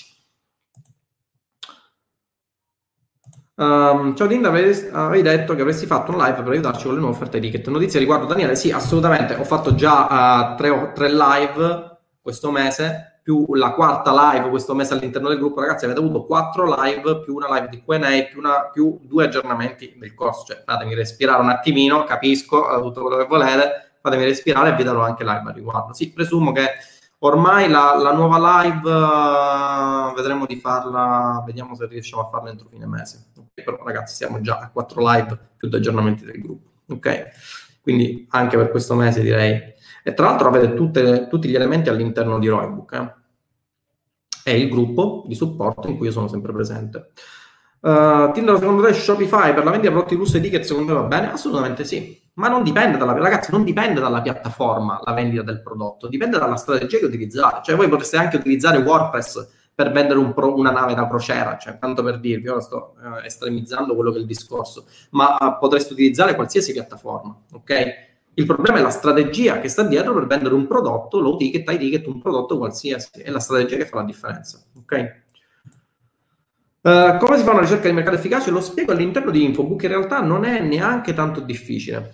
Um, ciao Dinda, avevi, avevi detto che avresti fatto un live per aiutarci con le nuove offerte ticket. Notizie riguardo Daniele? Sì, assolutamente. Ho fatto già uh, tre, tre live questo mese, più la quarta live questo mese all'interno del gruppo. Ragazzi, avete avuto quattro live, più una live di Q and A, più, una, più due aggiornamenti del corso. Cioè, fatemi respirare un attimino, capisco uh, tutto quello che volete, fatemi respirare e vi darò anche live a riguardo. Sì, presumo che ormai la, la nuova live uh, vedremo di farla, vediamo se riusciamo a farla entro fine mese. Okay, però ragazzi siamo già a quattro live più due aggiornamenti del gruppo, ok? Quindi anche per questo mese direi. E tra l'altro avete tutte, tutti gli elementi all'interno di Roybook, eh? È il gruppo di supporto in cui io sono sempre presente. Uh, Tinder, secondo te Shopify per la vendita di prodotti di lusso e ticket secondo te va bene? Assolutamente sì, ma non dipende dalla, ragazzi, non dipende dalla piattaforma la vendita del prodotto, dipende dalla strategia che utilizzate. Cioè voi potreste anche utilizzare WordPress per vendere un pro, una nave da crociera, cioè tanto per dirvi, ora sto uh, estremizzando quello che è il discorso, ma uh, potreste utilizzare qualsiasi piattaforma, ok? Il problema è la strategia che sta dietro per vendere un prodotto, low ticket, high ticket, un prodotto qualsiasi, è la strategia che fa la differenza, ok? Uh, come si fa una ricerca di mercato efficace? Lo spiego all'interno di Infobook, in realtà non è neanche tanto difficile.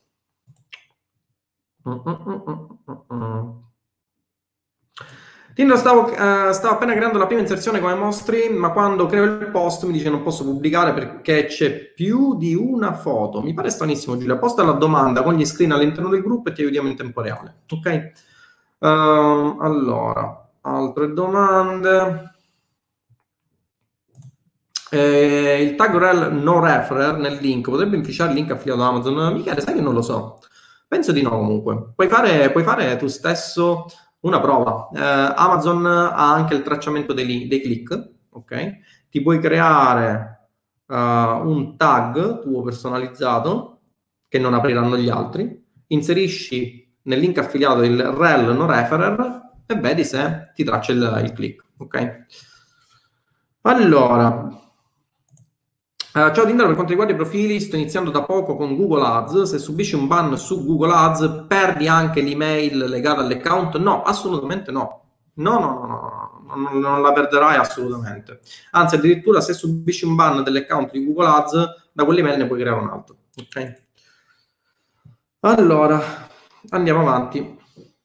Mm, mm, mm, mm, mm. Tinder, stavo, uh, stavo appena creando la prima inserzione come mostri, ma quando creo il post mi dice non posso pubblicare perché c'è più di una foto. Mi pare stranissimo, Giulia. Posta la domanda con gli screen all'interno del gruppo e ti aiutiamo in tempo reale. Ok? Uh, allora, altre domande. Eh, il tag rel no referer nel link potrebbe inficiare il link affiliato da Amazon? Michele, sai che non lo so. Penso di no comunque. Puoi fare, puoi fare tu stesso una prova. Eh, Amazon ha anche il tracciamento dei, dei click, ok? Ti puoi creare uh, un tag tuo personalizzato che non apriranno gli altri, inserisci nel link affiliato il rel no referer e vedi se ti traccia il, il click, ok? Allora, Uh, ciao Tindaro, per quanto riguarda i profili, sto iniziando da poco con Google Ads. Se subisci un ban su Google Ads, perdi anche l'email legata all'account? No, assolutamente no. No, no, no, no, no, no, non la perderai assolutamente. Anzi, addirittura se subisci un ban dell'account di Google Ads, da quell'email ne puoi creare un altro. Ok? Allora, andiamo avanti.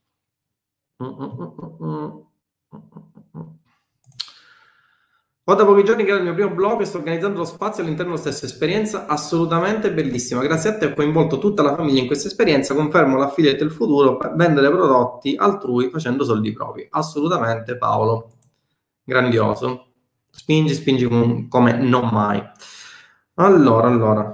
Ho da pochi giorni che era il mio primo blog e sto organizzando lo spazio all'interno della stessa esperienza, assolutamente bellissima. Grazie a te ho coinvolto tutta la famiglia in questa esperienza, confermo l'affiliate del futuro, per vendere prodotti altrui facendo soldi propri. Assolutamente Paolo, grandioso. Spingi, spingi com- come non mai. Allora, allora.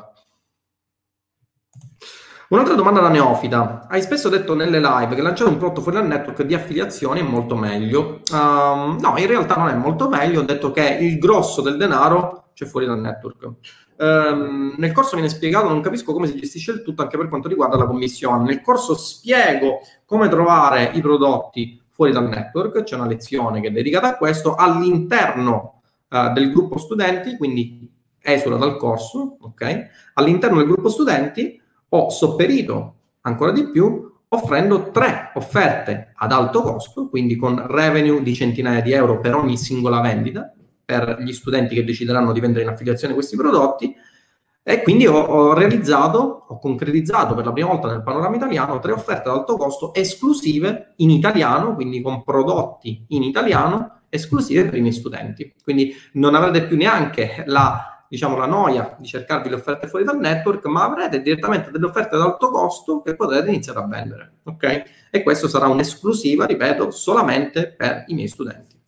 Un'altra domanda da neofita. Hai spesso detto nelle live che lanciare un prodotto fuori dal network di affiliazione è molto meglio. Um, no, in realtà non è molto meglio. Ho detto che il grosso del denaro c'è fuori dal network. Um, nel corso viene spiegato, non capisco come si gestisce il tutto anche per quanto riguarda la commissione. Nel corso spiego come trovare i prodotti fuori dal network. C'è una lezione che è dedicata a questo all'interno uh, del gruppo studenti, quindi esula dal corso, ok? All'interno del gruppo studenti ho sopperito ancora di più offrendo tre offerte ad alto costo, quindi con revenue di centinaia di euro per ogni singola vendita, per gli studenti che decideranno di vendere in affiliazione questi prodotti, e quindi ho, ho realizzato, ho concretizzato per la prima volta nel panorama italiano tre offerte ad alto costo esclusive in italiano, quindi con prodotti in italiano esclusive per i miei studenti. Quindi non avrete più neanche la diciamo la noia di cercarvi le offerte fuori dal network, ma avrete direttamente delle offerte ad alto costo che potrete iniziare a vendere, ok? E questo sarà un'esclusiva, ripeto, solamente per i miei studenti.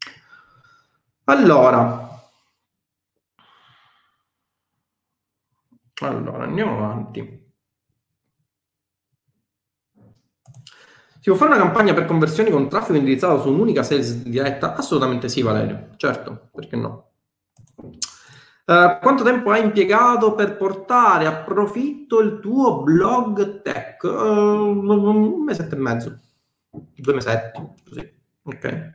Allora, allora andiamo avanti. Si può fare una campagna per conversioni con traffico indirizzato su un'unica sales diretta? Assolutamente sì, Valerio, certo, perché no? Uh, quanto tempo hai impiegato per portare a profitto il tuo blog tech? Uh, un mesetto e mezzo, due mesetti, così, ok.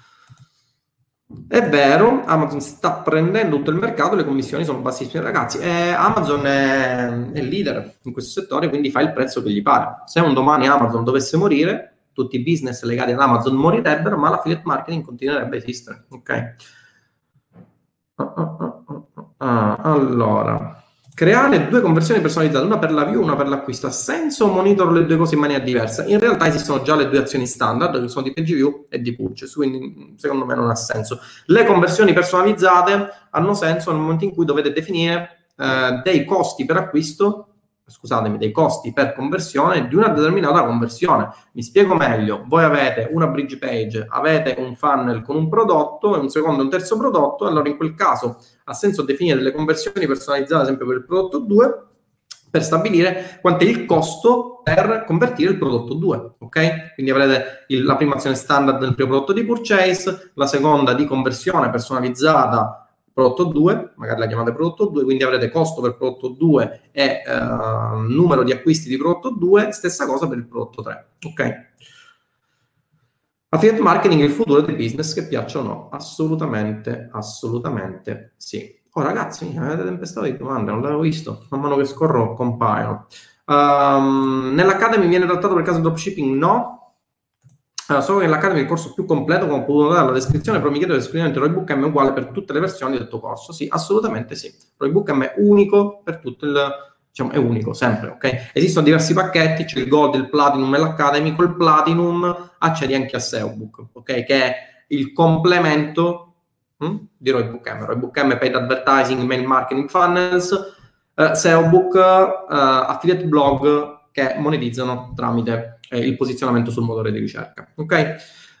È vero, Amazon sta prendendo tutto il mercato, le commissioni sono bassissime, ragazzi. Eh, Amazon è, è leader in questo settore, quindi fa il prezzo che gli pare. Se un domani Amazon dovesse morire, tutti i business legati ad Amazon morirebbero, ma l'affiliate marketing continuerebbe a esistere, ok? Uh, uh, uh, uh, uh. Allora, creare due conversioni personalizzate, una per la view e una per l'acquisto. Ha senso o monitoro le due cose in maniera diversa? In realtà esistono già le due azioni standard, che sono di page view e di purchase, quindi secondo me non ha senso. Le conversioni personalizzate hanno senso nel momento in cui dovete definire eh, dei costi per acquisto, scusatemi, dei costi per conversione di una determinata conversione. Mi spiego meglio: voi avete una bridge page, avete un funnel con un prodotto e un secondo e un terzo prodotto, allora in quel caso ha senso definire delle conversioni personalizzate sempre per il prodotto due per stabilire quanto è il costo per convertire il prodotto due, ok? Quindi avrete il, la prima azione standard del primo prodotto di purchase, la seconda di conversione personalizzata prodotto due, magari la chiamate prodotto due, quindi avrete costo per prodotto due e eh, numero di acquisti di prodotto due, stessa cosa per il prodotto tre, ok? Affiliate marketing è il futuro del business, che piaccia o no? Assolutamente, assolutamente sì. Oh ragazzi, mi avete tempestato di domande, non l'avevo visto, man mano che scorro compaiono. Um, Nell'Academy viene trattato per caso dropshipping? No. Uh, solo che nell'Academy il corso più completo, come ho potuto notare dalla descrizione, però mi chiedo se l'esperimento Roybook M è uguale per tutte le versioni del tuo corso. Sì, assolutamente sì. Roybook M è unico per tutto il... diciamo, è unico, sempre, ok? Esistono diversi pacchetti, c'è il Gold, il Platinum e l'Academy. Col Platinum accedi anche a S E O Book, ok? Che è il complemento hm, di Roybook M. Roybook M, Paid Advertising, Mail Marketing Funnels, eh, S E O Book, eh, Affiliate Blog, che monetizzano tramite eh, il posizionamento sul motore di ricerca, ok?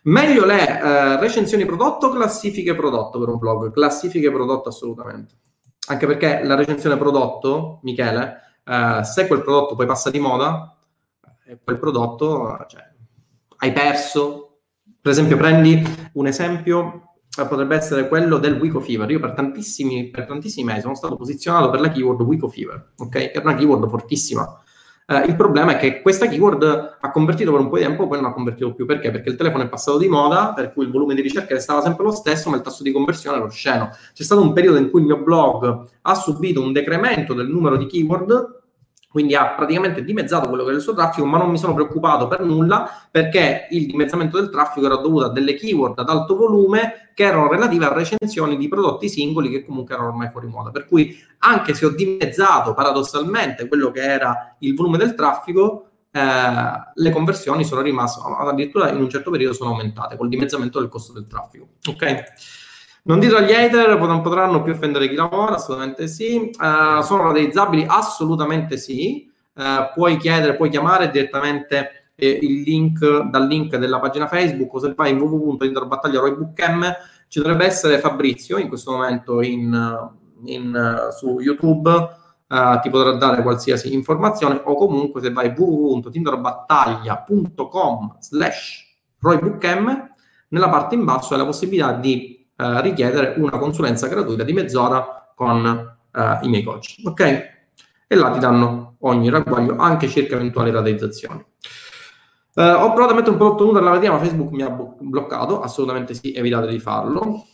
Meglio le eh, recensioni prodotto o classifiche prodotto per un blog? Classifiche prodotto assolutamente. Anche perché la recensione prodotto, Michele, eh, se quel prodotto poi passa di moda, eh, quel prodotto, cioè, hai perso. Per esempio, prendi un esempio, eh, potrebbe essere quello del Wico Fever. Io per tantissimi, per tantissimi mesi sono stato posizionato per la keyword Wico Fever, ok? È una keyword fortissima. Uh, il problema è che questa keyword ha convertito per un po' di tempo, poi non ha convertito più. Perché? Perché il telefono è passato di moda, per cui il volume di ricerca restava sempre lo stesso, ma il tasso di conversione era osceno. C'è stato un periodo in cui il mio blog ha subito un decremento del numero di keyword, quindi ha praticamente dimezzato quello che era il suo traffico, ma non mi sono preoccupato per nulla, perché il dimezzamento del traffico era dovuto a delle keyword ad alto volume che erano relative a recensioni di prodotti singoli che comunque erano ormai fuori moda. Per cui, anche se ho dimezzato paradossalmente quello che era il volume del traffico, eh, le conversioni sono rimaste, addirittura in un certo periodo sono aumentate col dimezzamento del costo del traffico. Ok? Non dite agli hater, non potranno più offendere chi lavora, assolutamente sì. Uh, sono rateizzabili? Assolutamente sì. Uh, puoi chiedere, puoi chiamare direttamente eh, il link dal link della pagina Facebook, o se vai in w w w punto interbattaglia roybookm ci dovrebbe essere Fabrizio in questo momento in, in, uh, su YouTube, uh, ti potrà dare qualsiasi informazione, o comunque se vai w w w punto tinderbattaglia punto com slash roybookm, nella parte in basso hai la possibilità di Uh, richiedere una consulenza gratuita di mezz'ora con uh, i miei coach, ok? E là ti danno ogni ragguaglio, anche circa eventuali rateizzazioni. Uh, ho provato a mettere un prodotto nudo nella vetrina, ma Facebook mi ha bloccato. Assolutamente sì, evitate di farlo.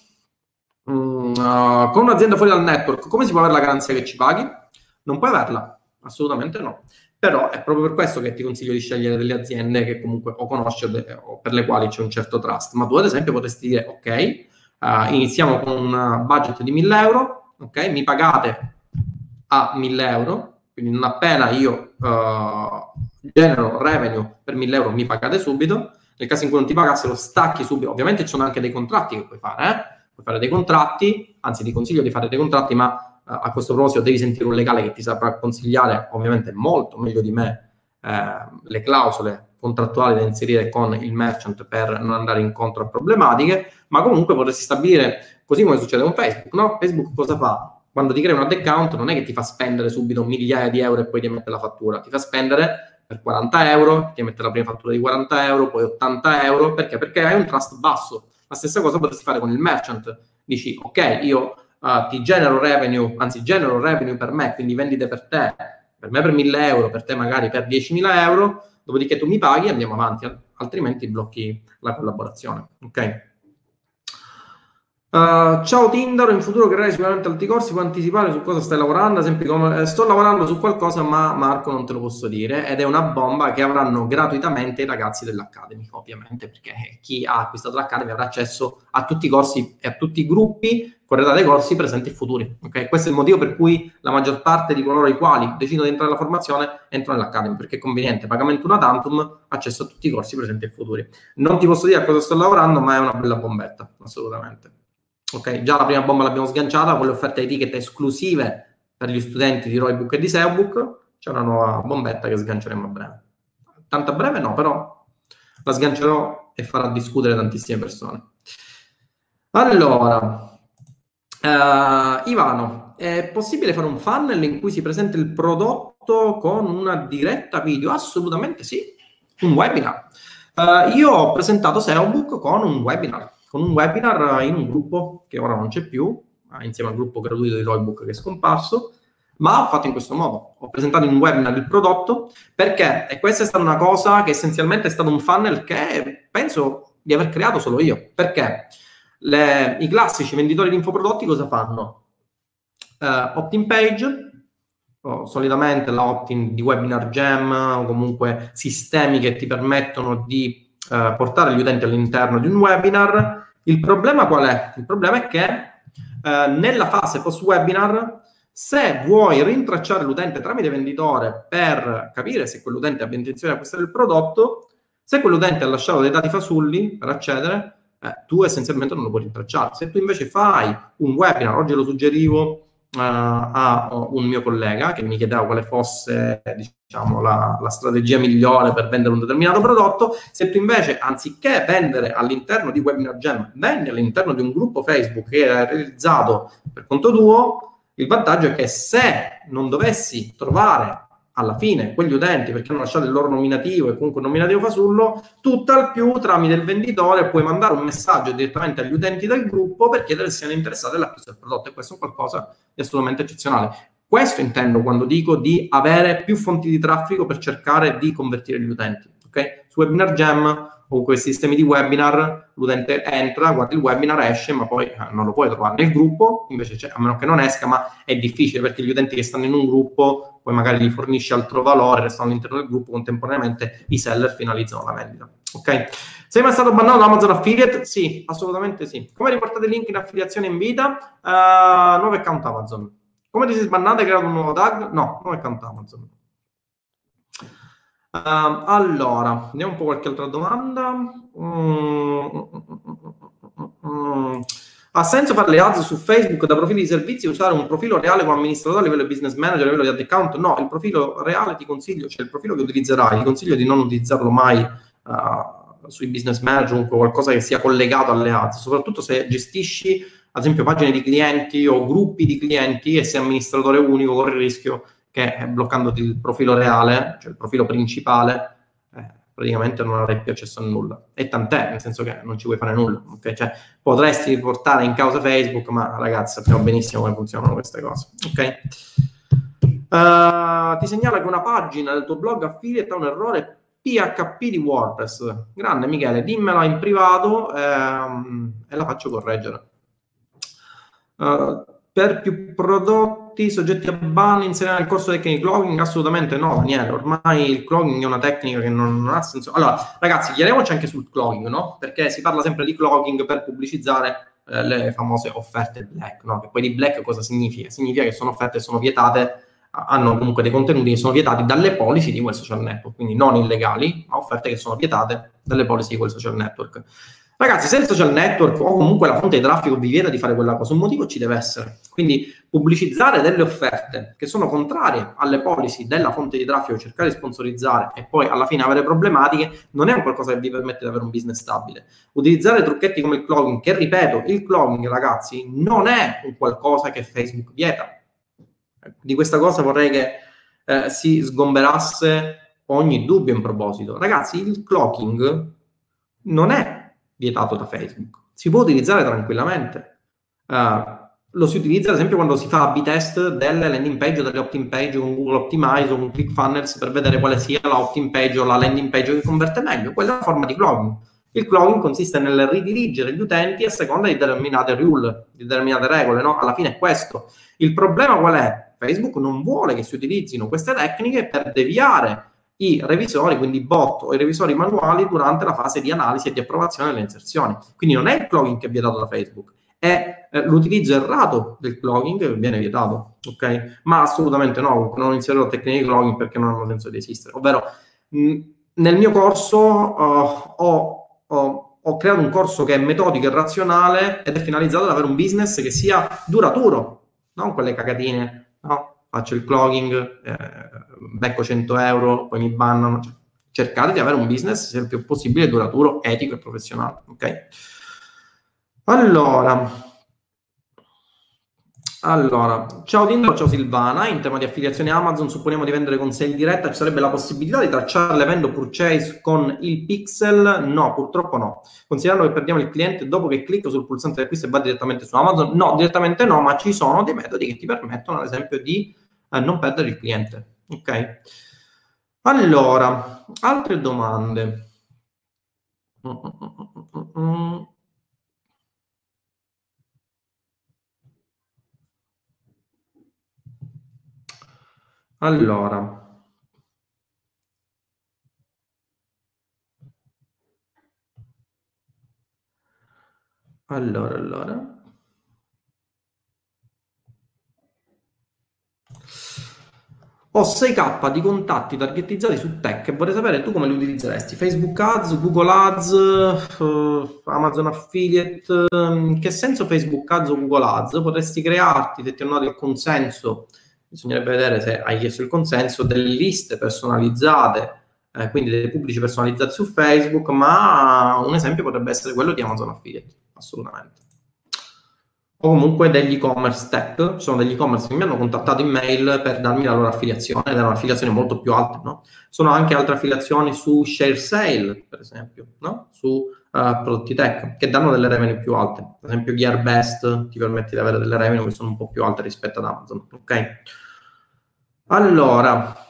Mm, uh, con un'azienda fuori dal network, come si può avere la garanzia che ci paghi? Non puoi averla, assolutamente no. Però è proprio per questo che ti consiglio di scegliere delle aziende che comunque o conosci o, de- o per le quali c'è un certo trust. Ma tu ad esempio potresti dire, ok, Uh, iniziamo con un budget di mille euro, ok? Mi pagate a mille euro, quindi non appena io uh, genero revenue per mille euro mi pagate subito. Nel caso in cui non ti pagassero, stacchi subito. Ovviamente ci sono anche dei contratti che puoi fare, eh? Puoi fare dei contratti, anzi ti consiglio di fare dei contratti, ma uh, a questo proposito devi sentire un legale che ti saprà consigliare, ovviamente molto meglio di me, eh, le clausole contrattuali da inserire con il merchant per non andare incontro a problematiche. Ma comunque potresti stabilire, così come succede con Facebook, no? Facebook cosa fa? Quando ti crea un ad account non è che ti fa spendere subito migliaia di euro e poi ti mette la fattura, ti fa spendere per quaranta euro, ti mette la prima fattura di quaranta euro, poi ottanta euro, perché? Perché hai un trust basso. La stessa cosa potresti fare con il merchant, dici ok, io uh, ti genero revenue, anzi genero revenue per me, quindi vendite per te, per me per mille euro, per te magari per diecimila euro, dopodiché tu mi paghi e andiamo avanti, altrimenti blocchi la collaborazione, ok? Uh, ciao Tinder, in futuro creerai sicuramente altri corsi, puoi anticipare su cosa stai lavorando? Ad esempio, come, eh, sto lavorando su qualcosa, ma Marco non te lo posso dire, ed è una bomba che avranno gratuitamente i ragazzi dell'Academy, ovviamente, perché chi ha acquistato l'Academy avrà accesso a tutti i corsi e a tutti i gruppi corredati corsi presenti e futuri, ok? Questo è il motivo per cui la maggior parte di coloro i quali decidono di entrare nella formazione entrano nell'Academy, perché è conveniente, pagamento una tantum, accesso a tutti i corsi presenti e futuri. Non ti posso dire a cosa sto lavorando, ma è una bella bombetta, assolutamente. Ok, già la prima bomba l'abbiamo sganciata con le offerte etichette esclusive per gli studenti di Roybook e di SEObook. C'è una nuova bombetta che sganceremo a breve. Tanto a breve no, però la sgancerò e farà discutere tantissime persone. Allora, uh, Ivano, è possibile fare un funnel in cui si presenta il prodotto con una diretta video? Assolutamente sì, un webinar. Uh, io ho presentato SEObook con un webinar. con un webinar in un gruppo che ora non c'è più, insieme al gruppo gratuito di Roybook che è scomparso, ma ho fatto in questo modo. Ho presentato in un webinar il prodotto, perché, e questa è stata una cosa che essenzialmente è stato un funnel che penso di aver creato solo io, perché le, i classici venditori di infoprodotti cosa fanno? Uh, opt-in page, oh, solitamente la opt-in di Webinar Jam, o comunque sistemi che ti permettono di Uh, portare gli utenti all'interno di un webinar. Il problema qual è? Il problema è che uh, nella fase post-webinar, se vuoi rintracciare l'utente tramite venditore per capire se quell'utente abbia intenzione di acquistare il prodotto, se quell'utente ha lasciato dei dati fasulli per accedere, eh, tu essenzialmente non lo puoi rintracciare. Se tu invece fai un webinar, oggi lo suggerivo a un mio collega che mi chiedeva quale fosse, diciamo, la, la strategia migliore per vendere un determinato prodotto. Se tu invece, anziché vendere all'interno di Webinar Jam, vendi all'interno di un gruppo Facebook che è realizzato per conto tuo, il vantaggio è che se non dovessi trovare alla fine quegli utenti perché hanno lasciato il loro nominativo e comunque un nominativo fasullo, tutt'al più tramite il venditore puoi mandare un messaggio direttamente agli utenti del gruppo per chiedere se siano interessati all'acquisto del prodotto, e questo è qualcosa di assolutamente eccezionale. Questo intendo quando dico di avere più fonti di traffico per cercare di convertire gli utenti. Okay? Su Webinar Jam o questi sistemi di webinar, l'utente entra, guarda il webinar, esce, ma poi eh, non lo puoi trovare nel gruppo, invece c'è, a meno che non esca, ma è difficile perché gli utenti che stanno in un gruppo, poi magari gli fornisci altro valore, restano all'interno del gruppo, contemporaneamente i seller finalizzano la vendita. Ok? Sei mai stato bannato da Amazon Affiliate? Sì, assolutamente sì. Come riportate link in affiliazione in vita? Uh, nuovo account Amazon. Come ti sei sbannato e hai creato un nuovo tag? No, nuovo account Amazon. Uh, allora, vediamo un po' qualche altra domanda. Mm, mm, mm, ha senso fare le ads su Facebook da profili di servizi e usare un profilo reale come amministratore a livello di business manager, a livello di ad account? No, il profilo reale ti consiglio, cioè il profilo che utilizzerai, ti consiglio di non utilizzarlo mai uh, sui business manager o qualcosa che sia collegato alle ads, soprattutto se gestisci ad esempio pagine di clienti o gruppi di clienti e sei amministratore unico, corri il rischio che bloccandoti il profilo reale, cioè il profilo principale, eh, praticamente non avrai più accesso a nulla. E tant'è, nel senso che non ci puoi fare nulla. Okay? Cioè, potresti portare in causa Facebook, ma ragazzi, sappiamo benissimo come funzionano queste cose. Ok? Uh, ti segnala che una pagina del tuo blog affiliate ha un errore P H P di WordPress. Grande Michele, dimmela in privato ehm, e la faccio correggere. Uh, per più prodotti soggetti a ban inserire nel corso tecniche di clogging? Assolutamente no, Daniele. Ormai il clogging è una tecnica che non, non ha senso. Allora, ragazzi, chiariamoci anche sul clogging, no? Perché si parla sempre di clogging per pubblicizzare eh, le famose offerte black, no? Che poi di black cosa significa? Significa che sono offerte che sono vietate, hanno comunque dei contenuti che sono vietati dalle policy di quel social network, quindi non illegali, ma offerte che sono vietate dalle policy di quel social network. Ragazzi, se il social network o comunque la fonte di traffico vi vieta di fare quella cosa, un motivo ci deve essere. Quindi pubblicizzare delle offerte che sono contrarie alle policy della fonte di traffico, cercare di sponsorizzare e poi alla fine avere problematiche, non è un qualcosa che vi permette di avere un business stabile. Utilizzare trucchetti come il clogging, che ripeto, il clogging, ragazzi, non è un qualcosa che Facebook vieta. Di questa cosa vorrei che eh, si sgomberasse ogni dubbio in proposito. Ragazzi, il clogging non è vietato da Facebook, si può utilizzare tranquillamente. Uh, lo si utilizza ad esempio quando si fa A B test delle landing page o delle opt-in page con Google Optimize o con ClickFunnels per vedere quale sia la opt-in page o la landing page che converte meglio. Quella è una forma di clogging. Il clogging consiste nel ridirigere gli utenti a seconda di determinate rule, di determinate regole, no? Alla fine è questo. Il problema qual è? Facebook non vuole che si utilizzino queste tecniche per deviare i revisori, quindi i bot o i revisori manuali durante la fase di analisi e di approvazione delle inserzioni. Quindi non è il clogging che è vietato da Facebook, è eh, l'utilizzo errato del clogging che viene vietato, ok? Ma assolutamente no, non inserirò tecniche di clogging perché non hanno senso di esistere. Ovvero, mh, nel mio corso uh, ho, ho, ho creato un corso che è metodico e razionale ed è finalizzato ad avere un business che sia duraturo, non quelle cagatine, no? Faccio il clogging, eh, becco cento euro, poi mi bannano. Cioè, cercate di avere un business sia il più possibile duraturo, etico e professionale. Ok? Allora, allora, ciao Dindo, ciao Silvana. In tema di affiliazione Amazon, supponiamo di vendere con sale diretta, ci sarebbe la possibilità di tracciare l'evento purchase con il pixel? No, purtroppo no. Considerando che perdiamo il cliente dopo che clicco sul pulsante di acquisto e va direttamente su Amazon? No, direttamente no, ma ci sono dei metodi che ti permettono, ad esempio, di eh, non perdere il cliente. Ok? Allora, altre domande. Mm, mm, mm, mm. Allora, allora, allora. ho sei K di contatti targetizzati su tech e vorrei sapere tu come li utilizzeresti. Facebook Ads, Google Ads, uh, Amazon Affiliate. In che senso Facebook Ads o Google Ads? Potresti crearti, se ti hanno dato il consenso, bisognerebbe vedere se hai chiesto il consenso, delle liste personalizzate, eh, quindi dei pubblici personalizzati su Facebook, ma un esempio potrebbe essere quello di Amazon Affiliate, assolutamente. O comunque degli e-commerce tech. Ci sono degli e-commerce che mi hanno contattato in mail per darmi la loro affiliazione, ed erano affiliazioni molto più alte, no? Sono anche altre affiliazioni su share sale, per esempio, no? Su uh, prodotti tech, che danno delle revenue più alte. Per esempio GearBest ti permette di avere delle revenue che sono un po' più alte rispetto ad Amazon, ok? Allora...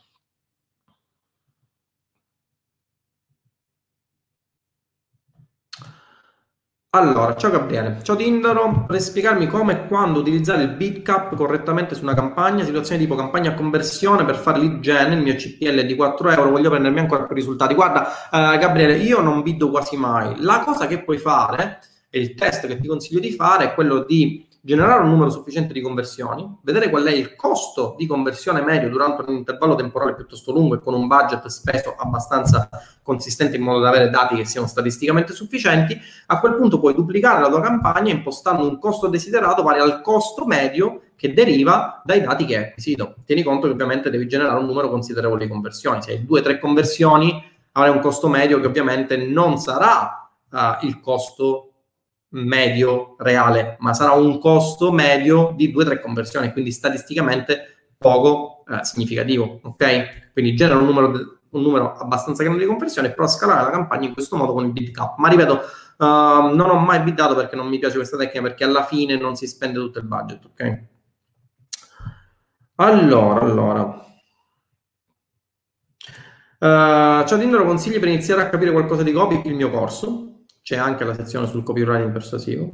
Allora, ciao Gabriele, ciao Tindaro, per spiegarmi come e quando utilizzare il bid cap correttamente su una campagna, situazione tipo campagna a conversione per fare lead gen, il mio C P L di quattro euro, voglio prendermi ancora più risultati. Guarda, eh, Gabriele, io non biddo quasi mai. La cosa che puoi fare, e il test che ti consiglio di fare, è quello di generare un numero sufficiente di conversioni, vedere qual è il costo di conversione medio durante un intervallo temporale piuttosto lungo e con un budget speso abbastanza consistente in modo da avere dati che siano statisticamente sufficienti. A quel punto puoi duplicare la tua campagna impostando un costo desiderato pari al costo medio che deriva dai dati che hai acquisito. Tieni conto che ovviamente devi generare un numero considerevole di conversioni. Se hai due o tre conversioni avrai un costo medio che ovviamente non sarà uh, il costo medio reale, ma sarà un costo medio di due o tre conversioni, quindi statisticamente poco eh, significativo, ok? Quindi genera un numero, un numero abbastanza grande di conversioni, però scalare la campagna in questo modo con il bid cap. Ma ripeto, uh, non ho mai biddato perché non mi piace questa tecnica, perché alla fine non si spende tutto il budget, ok? Allora, allora. Uh, ciao Tindaro, consigli per iniziare a capire qualcosa di copy? Il mio corso. C'è anche la sezione sul copywriting persuasivo.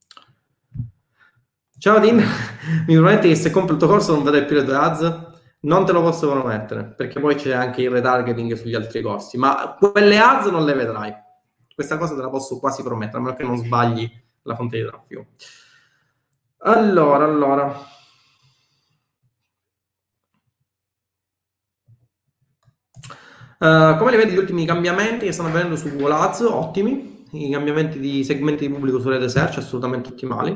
Ciao Tim, mi prometti che se compro il tuo corso non vedrai più le tue ads? Non te lo posso promettere, perché poi c'è anche il retargeting sugli altri corsi, ma quelle ads non le vedrai. Questa cosa te la posso quasi promettere, a meno che non sbagli la fonte di traffico. Allora, allora... Uh, come li vedi gli ultimi cambiamenti che stanno avvenendo su Google Ads? Ottimi. I cambiamenti di segmenti di pubblico su rete search assolutamente ottimali.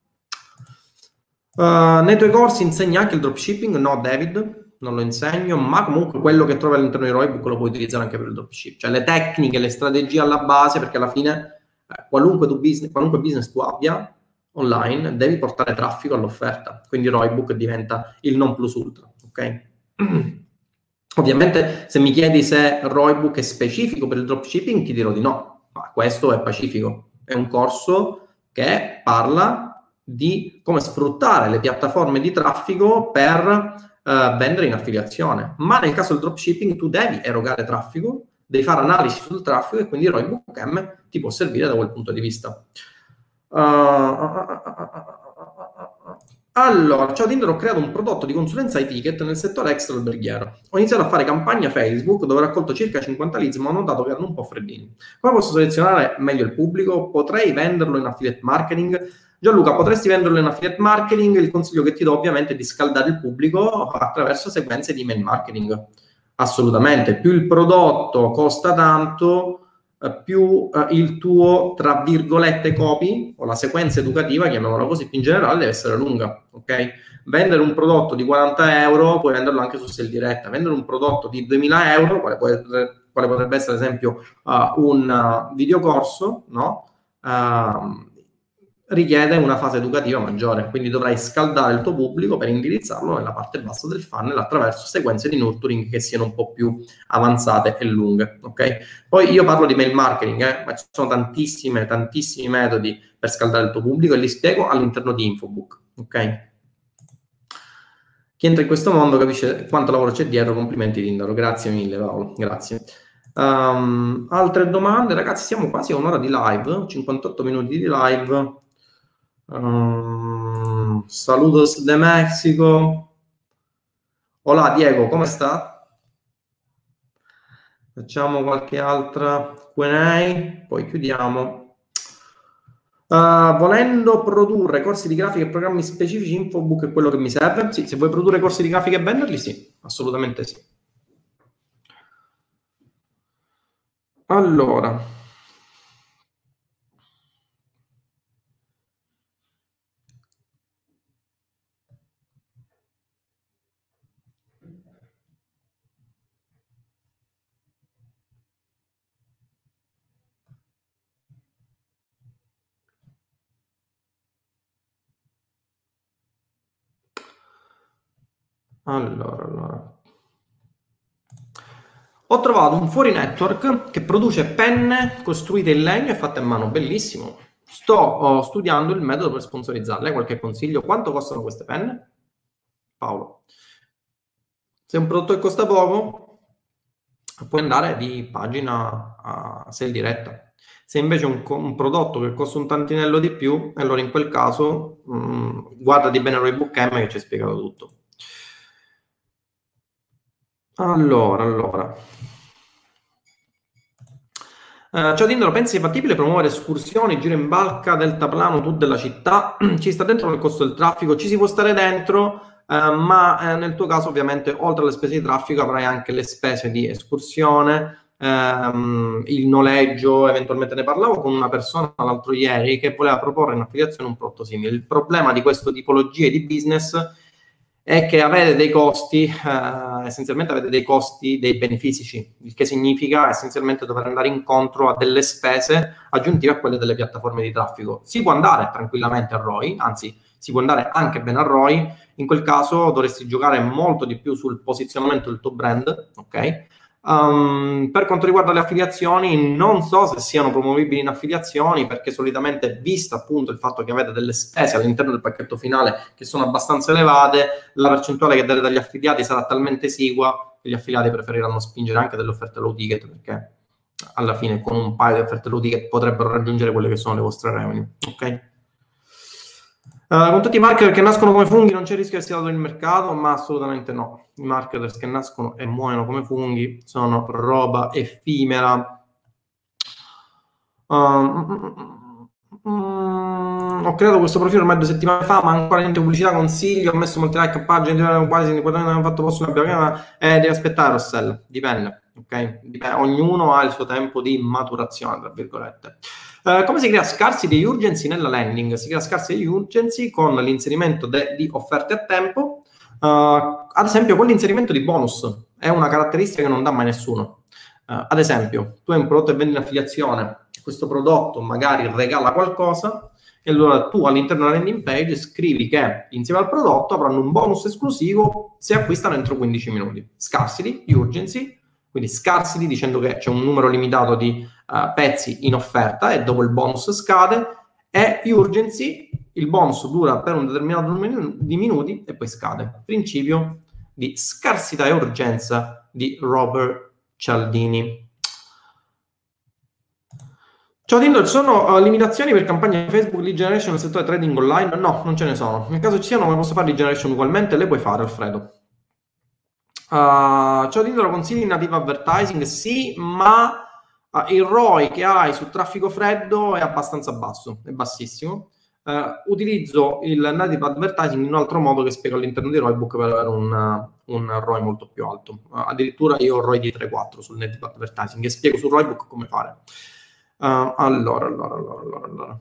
Uh, nei tuoi corsi insegni anche il dropshipping? No, David, non lo insegno, ma comunque quello che trovi all'interno di Roybook lo puoi utilizzare anche per il dropshipping, cioè le tecniche, le strategie alla base, perché alla fine eh, qualunque, tu business, qualunque business tu abbia online devi portare traffico all'offerta, quindi Roybook diventa il non plus ultra, ok? Ovviamente se mi chiedi se Roybook è specifico per il dropshipping ti dirò di no, ma questo è pacifico, è un corso che parla di come sfruttare le piattaforme di traffico per uh, vendere in affiliazione, ma nel caso del dropshipping tu devi erogare traffico, devi fare analisi sul traffico e quindi Roybook M ti può servire da quel punto di vista. Uh, allora, ciao Tinder, ho creato un prodotto di consulenza ai ticket nel settore extra alberghiero. Ho iniziato a fare campagna Facebook dove ho raccolto circa cinquanta leads, ma ho notato che erano un po' freddini. Come posso selezionare meglio il pubblico? Potrei venderlo in affiliate marketing? Gianluca, potresti venderlo in affiliate marketing? Il consiglio che ti do ovviamente è di scaldare il pubblico attraverso sequenze di email marketing. Assolutamente. Più il prodotto costa tanto, più uh, il tuo, tra virgolette, copy o la sequenza educativa, chiamiamola così, più in generale deve essere lunga, ok? Vendere un prodotto di quaranta euro puoi venderlo anche su Sell Diretta. Vendere un prodotto di duemila euro, quale, può, quale potrebbe essere ad esempio uh, un uh, videocorso, no? Uh, richiede una fase educativa maggiore, quindi dovrai scaldare il tuo pubblico per indirizzarlo nella parte bassa del funnel attraverso sequenze di nurturing che siano un po' più avanzate e lunghe, ok? Poi io parlo di mail marketing, eh, ma ci sono tantissime, tantissimi metodi per scaldare il tuo pubblico e li spiego all'interno di Infobook, ok? Chi entra in questo mondo capisce quanto lavoro c'è dietro, complimenti Tindaro, grazie mille Paolo, grazie. Um, altre domande? Ragazzi, siamo quasi a un'ora di live, cinquantotto minuti di live. Um, saludos de Mexico. Hola Diego, come sta? Facciamo qualche altra Q and A, poi chiudiamo. Uh, volendo produrre corsi di grafica e programmi specifici, Infobook è quello che mi serve? Sì, se vuoi produrre corsi di grafica e venderli, sì, assolutamente sì. Allora, allora, allora. Ho trovato un fuori network che produce penne costruite in legno e fatte a mano, bellissimo. Sto oh, studiando il metodo per sponsorizzarle. Qualche consiglio? Quanto costano queste penne? Paolo. Se è un prodotto che costa poco, puoi andare di pagina a sale diretta. Se invece è un, un prodotto che costa un tantinello di più, allora in quel caso mh, guardati bene Roy Book M che ci ha spiegato tutto. Allora, allora. Uh, ciao Tindaro, pensi sia fattibile promuovere escursioni, giro in barca, deltaplano, tour della città? Ci sta dentro nel costo del traffico? Ci si può stare dentro, uh, ma eh, nel tuo caso ovviamente oltre alle spese di traffico avrai anche le spese di escursione, ehm, il noleggio, eventualmente ne parlavo con una persona l'altro ieri che voleva proporre in affiliazione un prodotto simile. Il problema di questa tipologia di business è che avete dei costi, eh, essenzialmente avete dei costi dei benefici, il che significa essenzialmente dover andare incontro a delle spese aggiuntive a quelle delle piattaforme di traffico. Si può andare tranquillamente a R O I, anzi si può andare anche bene a R O I, in quel caso dovresti giocare molto di più sul posizionamento del tuo brand, ok? Um, per quanto riguarda le affiliazioni, non so se siano promuovibili in affiliazioni perché solitamente, vista appunto il fatto che avete delle spese all'interno del pacchetto finale che sono abbastanza elevate, la percentuale che date dagli affiliati sarà talmente esigua che gli affiliati preferiranno spingere anche delle offerte low ticket perché alla fine con un paio di offerte low ticket potrebbero raggiungere quelle che sono le vostre revenue, ok? Uh, con tutti i marketer che nascono come funghi non c'è il rischio che sia dato il mercato, ma assolutamente no. I marketer che nascono e muoiono come funghi sono roba effimera. Um, mm, mm, ho creato questo profilo ormai due settimane fa, ma ancora niente pubblicità, consiglio, ho messo molti like a pagine, quasi di quando hanno fatto posto una biografia, eh, devi aspettare Rossella, dipende, ok? Dipende. Ognuno ha il suo tempo di maturazione, tra virgolette. Uh, come si crea scarcity e urgency nella landing? Si crea scarcity e urgency con l'inserimento de- di offerte a tempo, uh, ad esempio con l'inserimento di bonus, è una caratteristica che non dà mai nessuno. Uh, ad esempio, tu hai un prodotto e vendi in affiliazione, questo prodotto magari regala qualcosa, e allora tu all'interno della landing page scrivi che insieme al prodotto avranno un bonus esclusivo se acquistano entro quindici minuti. Scarcity, urgency, quindi scarcity dicendo che c'è un numero limitato di uh, pezzi in offerta e dopo il bonus scade, e urgency, il bonus dura per un determinato numero di minuti e poi scade. Principio di scarsità e urgenza di Robert Cialdini. Ciao Tinder, ci sono uh, limitazioni per campagne Facebook lead generation nel settore trading online? No, non ce ne sono. Nel caso ci siano, come posso fare lead generation ugualmente? Le puoi fare, Alfredo. Uh, ciao Tinder, consigli native advertising? Sì, ma uh, il R O I che hai su traffico freddo è abbastanza basso, è bassissimo. Uh, utilizzo il native advertising in un altro modo che spiego all'interno di Roybook per avere un, uh, un R O I molto più alto. Uh, addirittura io ho R O I di tre quattro sul native advertising e spiego su Roybook come fare. Uh, allora, allora, allora, allora, allora.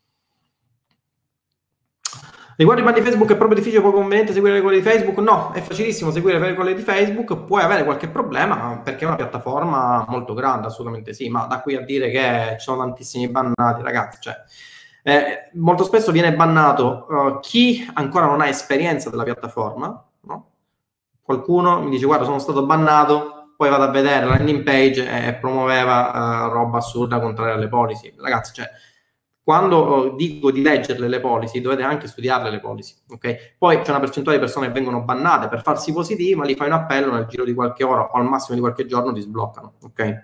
Riguardo i bandi Facebook è proprio difficile, poco conveniente seguire le regole di Facebook? No, è facilissimo seguire le regole di Facebook, puoi avere qualche problema perché è una piattaforma molto grande, assolutamente sì, ma da qui a dire che ci sono tantissimi bannati, ragazzi, cioè, eh, molto spesso viene bannato uh, chi ancora non ha esperienza della piattaforma, no? Qualcuno mi dice guarda sono stato bannato, poi vado a vedere la landing page e promuoveva uh, roba assurda contraria alle policy. Ragazzi, cioè, quando uh, dico di leggerle le policy, dovete anche studiarle le policy, ok? Poi c'è una percentuale di persone che vengono bannate per farsi positivi, ma li fai un appello nel giro di qualche ora o al massimo di qualche giorno ti sbloccano, ok?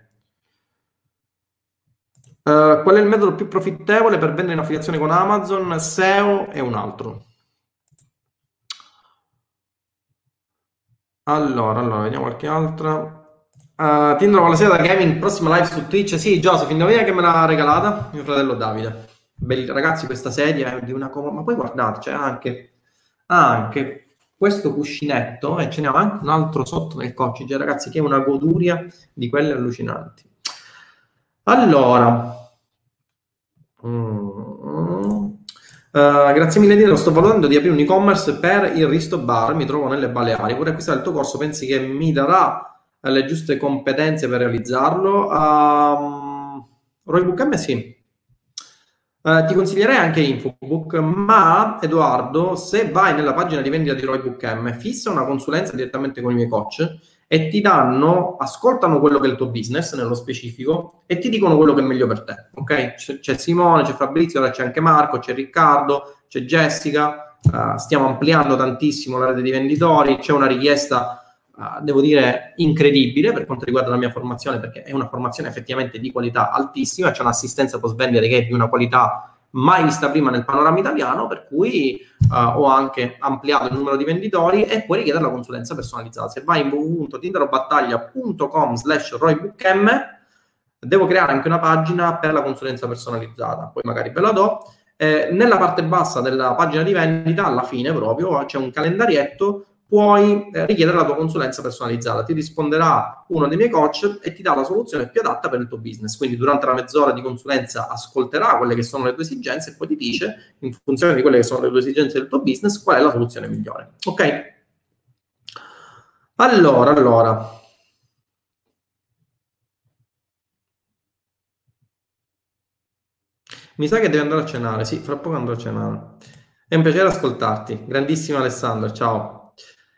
Uh, qual è il metodo più profittevole per vendere in affiliazione con Amazon? S E O è un altro. Allora, allora, vediamo qualche altra. Uh, Tindro con la sera da gaming, prossima live su Twitch. Sì, Joseph, indovina che me l'ha regalata? Mio fratello Davide. Belli, ragazzi, questa sedia è di una comodità, ma poi guardate, c'è anche, anche questo cuscinetto e ce n'è anche un altro sotto nel cockpit, ragazzi, che è una goduria di quelle allucinanti. Allora, mm, Uh, grazie mille, Dino. Sto valutando di aprire un e-commerce per il Risto Bar. Mi trovo nelle Baleari. Vorrei acquistare il tuo corso. Pensi che mi darà uh, le giuste competenze per realizzarlo? Um, Roybook M sì. Uh, ti consiglierei anche Infobook, ma Edoardo, se vai nella pagina di vendita di Roybook M, fissa una consulenza direttamente con i miei coach e ti danno, ascoltano quello che è il tuo business nello specifico e ti dicono quello che è meglio per te, ok? C'è, c'è Simone, c'è Fabrizio, ora c'è anche Marco, c'è Riccardo, c'è Jessica, uh, stiamo ampliando tantissimo la rete di venditori, c'è una richiesta Uh, devo dire incredibile per quanto riguarda la mia formazione, perché è una formazione effettivamente di qualità altissima, c'è un'assistenza post vendere che è di una qualità mai vista prima nel panorama italiano, per cui uh, ho anche ampliato il numero di venditori e puoi richiedere la consulenza personalizzata. Se vai in w w w punto tinderobattaglia punto com slash roybookm, devo creare anche una pagina per la consulenza personalizzata, poi magari ve la do. Eh, nella parte bassa della pagina di vendita, alla fine proprio, c'è un calendarietto, puoi eh, richiedere la tua consulenza personalizzata, ti risponderà uno dei miei coach e ti dà la soluzione più adatta per il tuo business. Quindi durante la mezz'ora di consulenza ascolterà quelle che sono le tue esigenze e poi ti dice, in funzione di quelle che sono le tue esigenze del tuo business, qual è la soluzione migliore. Ok? Allora, allora. Mi sa che devi andare a cenare, sì, fra poco andrò a cenare. È un piacere ascoltarti. Grandissimo Alessandro, ciao.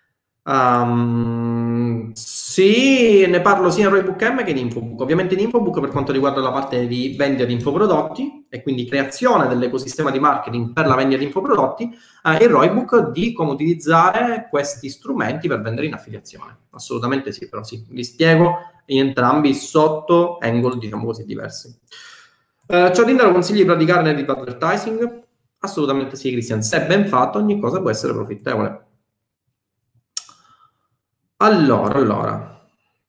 Um, sì, ne parlo sia in Roybook M che in Infobook. Ovviamente in Infobook per quanto riguarda la parte di vendita di infoprodotti e quindi creazione dell'ecosistema di marketing per la vendita di infoprodotti, eh, in Roybook di come utilizzare questi strumenti per vendere in affiliazione. Assolutamente sì, però sì, li spiego in entrambi sotto angle, diciamo così, diversi. Uh, ciao Tinder, consigli di praticare nel advertising? Assolutamente sì, Cristian. Se ben fatto, ogni cosa può essere profittevole. Allora, allora.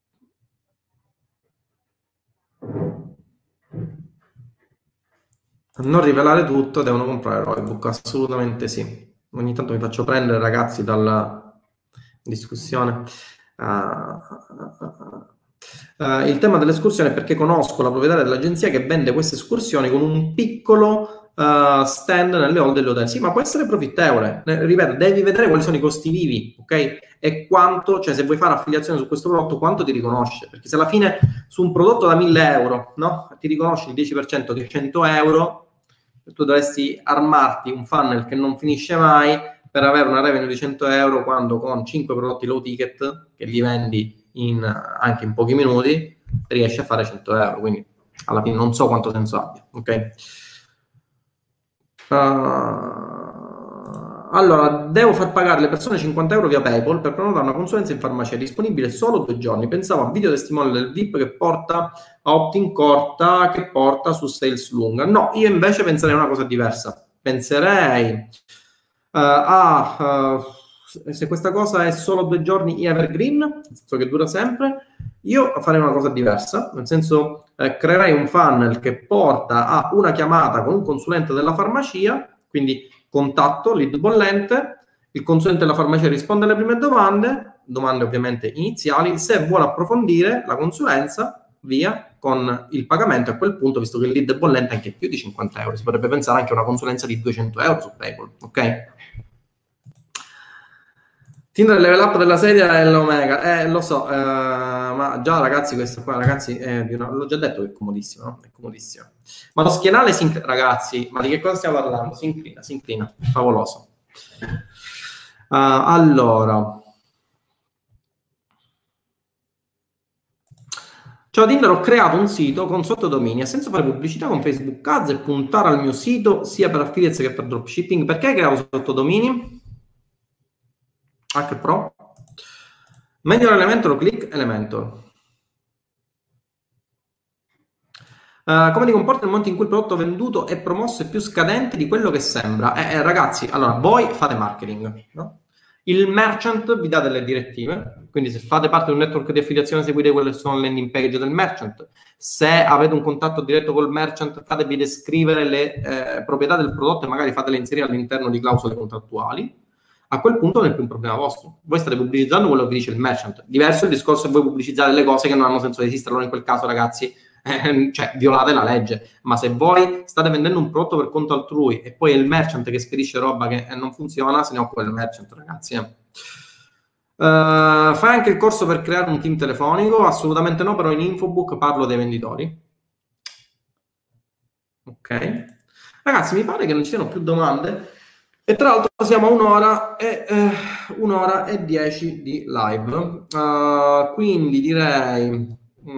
Non rivelare tutto, devono comprare Roybook, assolutamente sì. Ogni tanto mi faccio prendere, ragazzi, dalla discussione. Uh, uh, uh, uh, il tema dell'escursione è perché conosco la proprietaria dell'agenzia che vende queste escursioni con un piccolo uh, stand nelle hall dell'hotel. Sì, ma può essere profittevole. Eh, ripeto, devi vedere quali sono i costi vivi, ok? E quanto, cioè se vuoi fare affiliazione su questo prodotto, quanto ti riconosce? Perché se alla fine su un prodotto da mille euro, no? Ti riconosci il dieci per cento che è cento euro, tu dovresti armarti un funnel che non finisce mai per avere una revenue di cento euro quando con cinque prodotti low ticket che li vendi in, anche in pochi minuti riesci a fare cento euro, quindi alla fine non so quanto senso abbia, ok? Uh, allora, devo far pagare le persone cinquanta euro via PayPal per prenotare una consulenza in farmacia, disponibile solo due giorni. Pensavo a video testimone del V I P che porta a opt-in corta, che porta su sales lunga. No, io invece penserei a una cosa diversa. Penserei uh, a uh, se questa cosa è solo due giorni evergreen, nel senso che dura sempre, io farei una cosa diversa, nel senso eh, creerei un funnel che porta a una chiamata con un consulente della farmacia, quindi contatto, lead bollente, il consulente della farmacia risponde alle prime domande, domande ovviamente iniziali, se vuole approfondire la consulenza, via con il pagamento. A quel punto, visto che il lead bollente è anche più di cinquanta euro, si potrebbe pensare anche a una consulenza di duecento euro su PayPal, ok? Tinder il level up della sedia è l'Omega, eh, lo so, eh, ma già ragazzi, questo qua, ragazzi, è di una, l'ho già detto che è comodissimo, no? È comodissimo. Ma lo schienale si inclina, ragazzi, ma di che cosa stiamo parlando? Si inclina, si inclina, favoloso. Uh, allora. Ciao Tinder, ho creato un sito con sottodomini, ha senso fare pubblicità con Facebook Ads e puntare al mio sito sia per affiliates che per dropshipping? Perché hai creato sottodomini? H Pro. Meglio Elementor o Click Elementor. Uh, come ti comporti nel momento in cui il prodotto venduto e promosso è più scadente di quello che sembra? Eh, eh, ragazzi, allora, voi fate marketing, no? Il merchant vi dà delle direttive, quindi se fate parte di un network di affiliazione seguite quelle che sono le landing page del merchant. Se avete un contatto diretto col merchant, fatevi descrivere le eh, proprietà del prodotto e magari fatele inserire all'interno di clausole contrattuali. A quel punto non è più un problema vostro. Voi state pubblicizzando quello che dice il merchant. Diverso il discorso è voi pubblicizzate le cose che non hanno senso di esistere. Allora in quel caso, ragazzi, eh, cioè violate la legge. Ma se voi state vendendo un prodotto per conto altrui e poi è il merchant che spedisce roba che eh, non funziona, se ne occupa il merchant, ragazzi. Eh. Uh, fai anche il corso per creare un team telefonico? Assolutamente no, però in Infobook parlo dei venditori. Ok. Ragazzi, mi pare che non ci siano più domande. E tra l'altro siamo a un'ora e, eh, un'ora e dieci di live. Uh, quindi direi...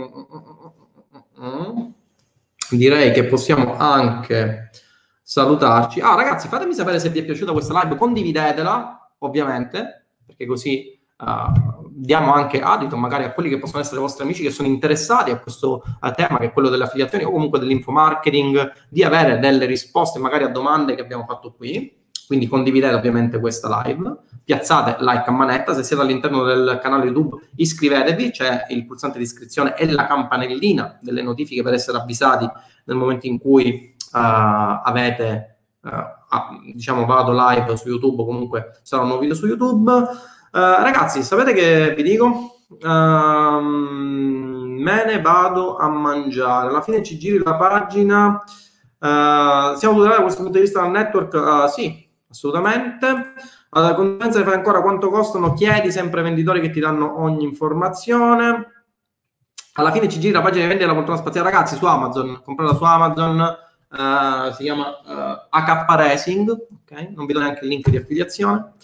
direi che possiamo anche salutarci. Ah, ragazzi, fatemi sapere se vi è piaciuta questa live. Condividetela, ovviamente, perché così... Uh, diamo anche adito magari a quelli che possono essere i vostri amici che sono interessati a questo uh, tema, che è quello delle affiliazioni o comunque dell'infomarketing, di avere delle risposte magari a domande che abbiamo fatto qui. Quindi condividete ovviamente questa live, piazzate like a manetta, se siete all'interno del canale YouTube iscrivetevi, c'è il pulsante di iscrizione e la campanellina delle notifiche per essere avvisati nel momento in cui uh, avete, uh, diciamo, vado live su YouTube, comunque sarà un nuovo video su YouTube. Uh, ragazzi, sapete che vi dico? Uh, me ne vado a mangiare. Alla fine ci giri la pagina. Uh, siamo tutelati da questo punto di vista del network? Uh, sì, assolutamente. Alla conseguenza di fare ancora quanto costano, chiedi sempre ai venditori che ti danno ogni informazione. Alla fine ci giri la pagina di vendita della poltrona spaziale. Ragazzi, su Amazon, comprata su Amazon, uh, si chiama uh, A K Racing. Okay? Non vi do neanche il link di affiliazione.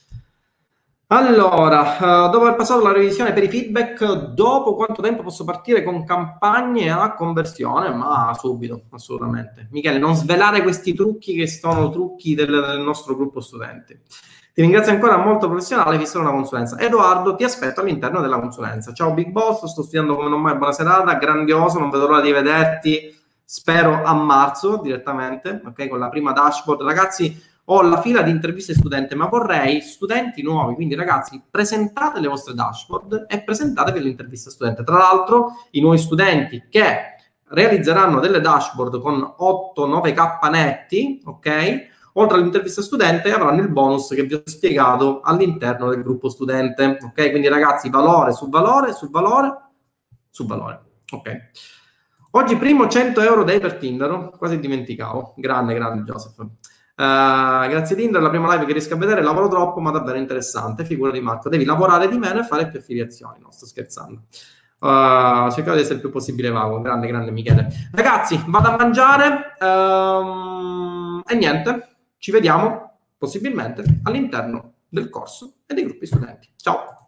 Allora, uh, dopo aver passato la revisione per i feedback, dopo quanto tempo posso partire con campagne a conversione? Ma subito, assolutamente. Michele, non svelare questi trucchi che sono trucchi del, del nostro gruppo studenti. Ti ringrazio ancora, molto professionale, visto una consulenza. Edoardo, ti aspetto all'interno della consulenza. Ciao Big Boss, sto studiando come non mai, buona serata, grandioso, non vedo l'ora di vederti, spero a marzo direttamente, ok, con la prima dashboard. Ragazzi, ho la fila di interviste studente, ma vorrei studenti nuovi, quindi ragazzi presentate le vostre dashboard e presentatevi all'intervista studente. Tra l'altro i nuovi studenti che realizzeranno delle dashboard con otto nove K netti, ok? Oltre all'intervista studente avranno il bonus che vi ho spiegato all'interno del gruppo studente, ok? Quindi ragazzi, valore su valore, su valore, su valore, ok? Oggi primo cento euro dei per Tinder, quasi dimenticavo, grande, grande Joseph. Uh, grazie Tinder, la prima live che riesco a vedere, lavoro troppo ma davvero interessante, figura di Marco, devi lavorare di meno e fare più affiliazioni, no, sto scherzando. Uh, cercavo di essere il più possibile vago, grande, grande Michele. Ragazzi, vado a mangiare um, e niente, ci vediamo possibilmente all'interno del corso e dei gruppi studenti. Ciao!